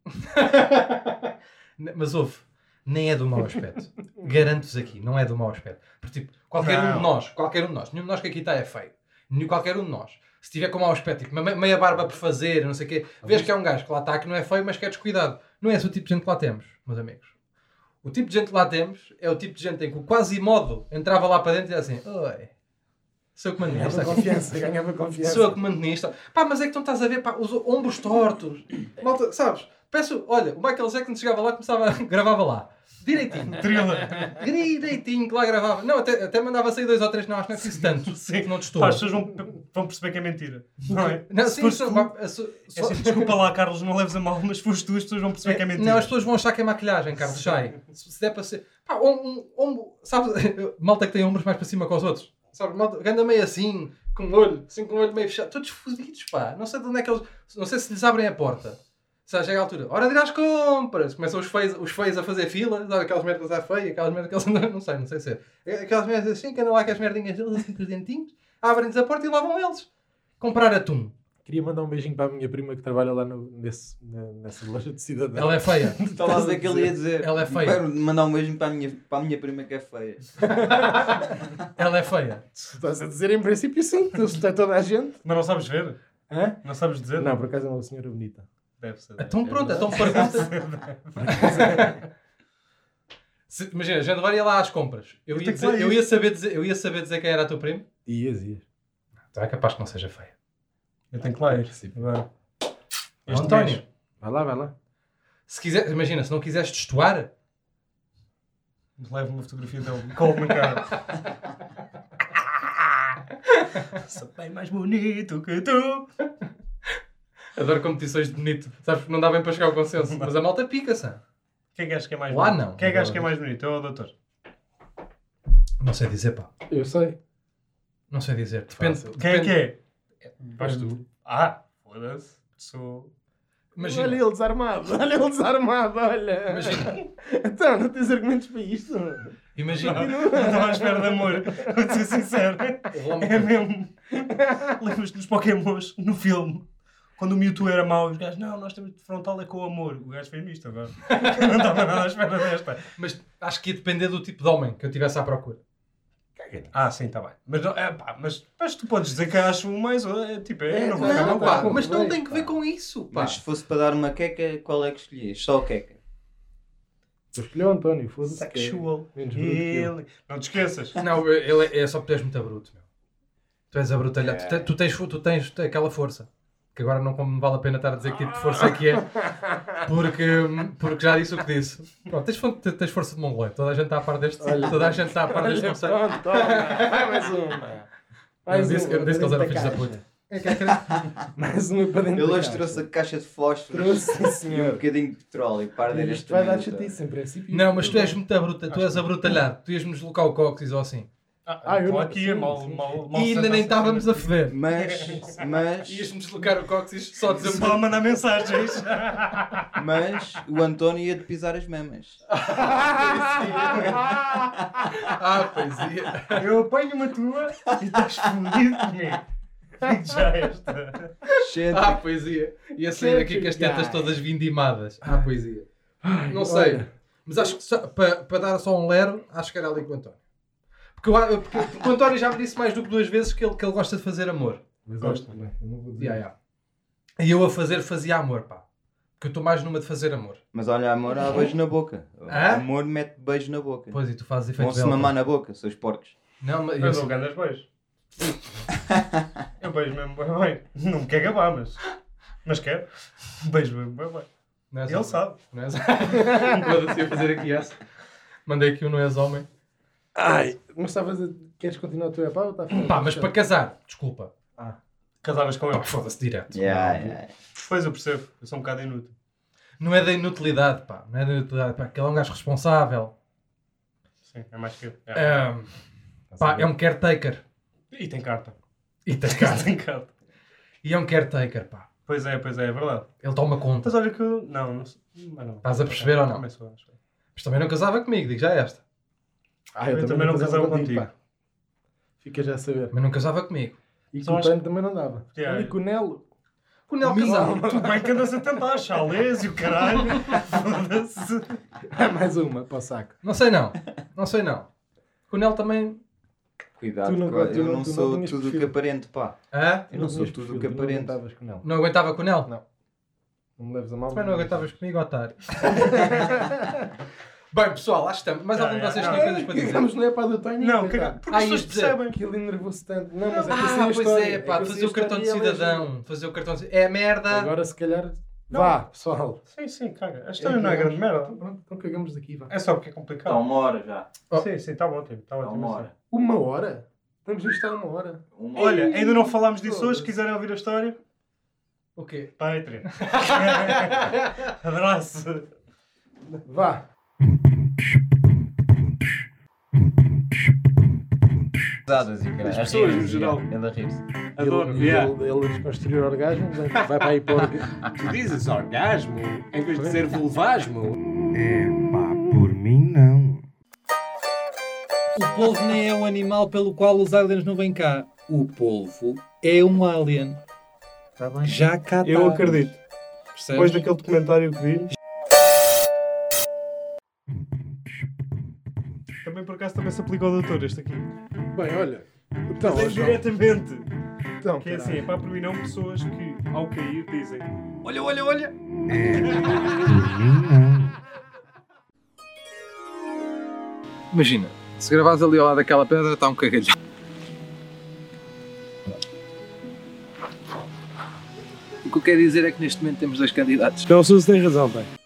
Mas ouve, nem é do mau aspecto. Garanto-vos aqui, não é do mau aspecto. Porque tipo, qualquer um de nós, nenhum de nós que aqui está é feio. Qualquer um de nós. Se tiver com mau aspecto, tipo, meia barba por fazer, não sei o quê, vês que é um gajo que lá está que não é feio, mas que é descuidado. Não é esse o tipo de gente que lá temos, meus amigos. O tipo de gente que lá temos é o tipo de gente em que o Quasimodo entrava lá para dentro e dizia assim: oi, sou eu que mando nisto. Ganhava confiança. Sou eu que mando nisto. Pá, mas é que tu não estás a ver, pá, os ombros tortos. Malta, sabes? Peço, olha, o Michael Jackson chegava lá e gravava lá. Direitinho. Direitinho que lá gravava. Não, até mandava sair 2 ou 3, não, acho que não é preciso tanto. Sim. Não te estou. As pessoas vão perceber que é mentira. Não é? Não, Se sim, foste tu, assim, desculpa lá, Carlos, não leves a mal, mas se foste tu, as pessoas vão perceber que é mentira. Não, as pessoas vão achar que é maquilhagem, Carlos, sai. Se der para ser... Pá, sabes, malta que tem ombros mais para cima que os outros. Sabes, malta que anda meio assim, com o olho meio fechado. Todos fodidos, pá. Não sei de onde é que eles... Não sei se lhes abrem a porta. Se chega a altura, hora de ir às compras. Começam os feios a fazer fila. Sabe, aquelas merdas à feia, aquelas merdas que eles andam... Não sei ser. Aquelas merdas assim, que andam lá com as merdinhas deles, assim, com os dentinhos. Abrem-lhes a porta e lá vão eles. Comprar atum. Queria mandar um beijinho para a minha prima que trabalha lá nessa loja de cidadão. Ela é feia. Estava a dizer que ele ia dizer. Ela é feia. Quero mandar um beijinho para a minha prima que é feia. Ela é feia. Estás a dizer em princípio sim, tu é toda a gente. Mas não sabes ver? Hã? Não sabes dizer? Não, por acaso é uma senhora bonita. Deve ser. Então pronto, então pergunta. Imagina, a gente vai lá às compras. Eu ia saber dizer quem era a tua prima. Ias. Então é capaz que não seja feia. Eu tenho que lá ir. Agora. António, Vai lá. se quiser, imagina, se não quiseres destoar, Leva uma fotografia dele e colo na cara. Sou bem mais bonito que tu. adoro competições de bonito. Sabes que não dá bem para chegar ao consenso. Mas a malta pica-se. Quem é que acha que é mais Lá bonito? não. Quem é que acha que é mais bonito? Eu ou o doutor? Não sei dizer, pá. Eu sei. Não sei dizer. Depende. Quem é que é? Vais tu. Ah, foda-se. Sou... Imagina. Olha ele desarmado, olha. Imagina. Então, não tens argumentos para isto? Imagina. Não estava à espera de amor. Vou ser sincero. É mesmo. Lembras-te dos Pokémons no filme? Quando o Mewtwo era mau, os gajos, não, nós temos de frontal é com o amor. O gajo fez isto agora. Não estava nada à espera desta. Mas acho que ia depender do tipo de homem que eu tivesse à procura. Ah, sim, está bem. Mas, mas tu podes dizer que acho mais... Tipo, não vou ficar Não, mal. pá, mas não tem que ver com isso, pá. Mas se fosse para dar uma queca, qual é que escolhias? Só queca. Eu escolhi o António, foda-se. Sexual. Menos bruto que eu. Não te esqueças. Não, ele é só porque tu és muito bruto, meu. Tu és abrutalhado. Tu tens aquela força. Que agora não vale a pena estar a dizer que tipo de força é que é. Porque já disse o que disse. Pronto, tens força de mongolete. Toda a gente está a par deste. Toda a gente está a par deste conceito. Pronto, toma. Vai mais uma. Eu disse que eles eram filhos da puta. Mais uma para dentro Ele da hoje caixa. trouxe a caixa de fósforo Trouxe, sim, e um senhor. bocadinho de petróleo para arder Isto este vai dar minuto. chatice, em princípio. Não, mas tu és muito bruta. Tu és abrutalhado. Tu ias-me deslocar o cóccix ou assim. Eu Estou não- aqui, sim, mal sim. E ainda nem estávamos a foder. Mas Ias-me deslocar o cóccix só dizer-me... Só a mandar mensagens. o António ia de pisar as mamas. poesia. Eu apanho uma tua e estás fodido comigo. Digo já esta. Gente, Poesia. Ia sair aqui com as tetas todas vindimadas. Poesia. Não sei. Olha. Mas acho que para dar só um lero, acho que era ali com o António. Porque o António já me disse mais do que 2 vezes que ele gosta de fazer amor. Mas Gosto. olha, eu não vou dizer. E eu fazia amor, pá. Porque eu estou mais numa de fazer amor. mas olha, amor, há beijo na boca. Hã? Amor mete beijo na boca. Pois, e tu fazes efeito Vão-se mamar na boca, seus porcos. Não, mas... Eu dou grandes beijos. Eu beijo mesmo bem. Não me quer gabar, mas quero. Beijo mesmo bem. Não és Ele homem. sabe. Não és Foda-se a fazer aqui essa. Mandei aqui não és homem. Ai, mas estavas a... Queres continuar a tua epá ou está a falar? Pá, mas para casar, desculpa. Casavas com ele. Foda-se direto. Yeah. Pois eu percebo. Eu sou um bocado inútil. Não é da inutilidade, pá. Não é da inutilidade, pá. Aquele é um gajo responsável. Sim, é mais que eu. Pá, é um caretaker. E tem carta. E tem cara. Tem carta. E é um caretaker, pá. Pois é verdade. Ele toma conta. Mas olha que eu... Não sei. Mas não. Estás a perceber ou não? Também sou. Mas também não casava comigo, digo já esta. Eu também não casava contigo. pá. Fica já a saber. Mas não casava comigo. E Só com o acho- Tano também não dava. Yeah. Ali com o Nelo. Conel casado. Tu bem que andas a tentar, chalés e o caralho. Foda-se. Mais uma, para o saco. Não sei não. Conel também... Cuidado, Tu não- eu tu não não sou tinhas tudo o perfil. que aparento, pá. Hã? Eu não sou tudo o que aparento. Não aguentava Conel? Não me leves a mal. Também não aguentavas comigo, otário. Bem, pessoal, lá estamos. Mais algum de vocês tem coisas para dizer? Ficamos no epá do Tony. Não, coitado. porque as pessoas isto dizer. percebem. Aquilo enervou-se tanto. Não, mas é que assim a Pois história. é, pá, que fazer assim a o cartão de história é cidadão. Fazer o cartão de cidadão. É a merda. Agora se calhar... Não. Vá, pessoal. Sim, caga. A história não é grande merda. Pronto, então cagamos daqui, vá. É só porque é complicado. Está 1 hora já. Oh. Sim, está ótimo. Está Está ótimo. 1 assim. hora. 1 hora? Estamos a estar 1 hora. Olha, ainda não falámos disso hoje. Se quiserem ouvir a história, O quê? Patreon. Abraço. Vá. Pesadas e caralho. As pessoas, no geral. Ele a rir-se. Adoro. Ele desconstruir orgasmos, vai para aí pôr... Tu dizes orgasmo em vez de dizer vulvasmo? Pá, por mim não. O polvo nem é um animal pelo qual os aliens não vêm cá. O polvo é um alien. Está bem. Já cá está. Eu acredito. Percebes? Depois daquele documentário que vi. Também por acaso também se aplica ao doutor este aqui. Bem, olha. Então, Mas é diretamente. então Que é assim, é para por mim não pessoas que ao cair dizem olha. Por mim não. Imagina, se gravares ali ao lado daquela pedra, está um cagalhão. O que eu quero dizer é que neste momento temos 2 candidatos. Não, o Sousa tem razão, pai.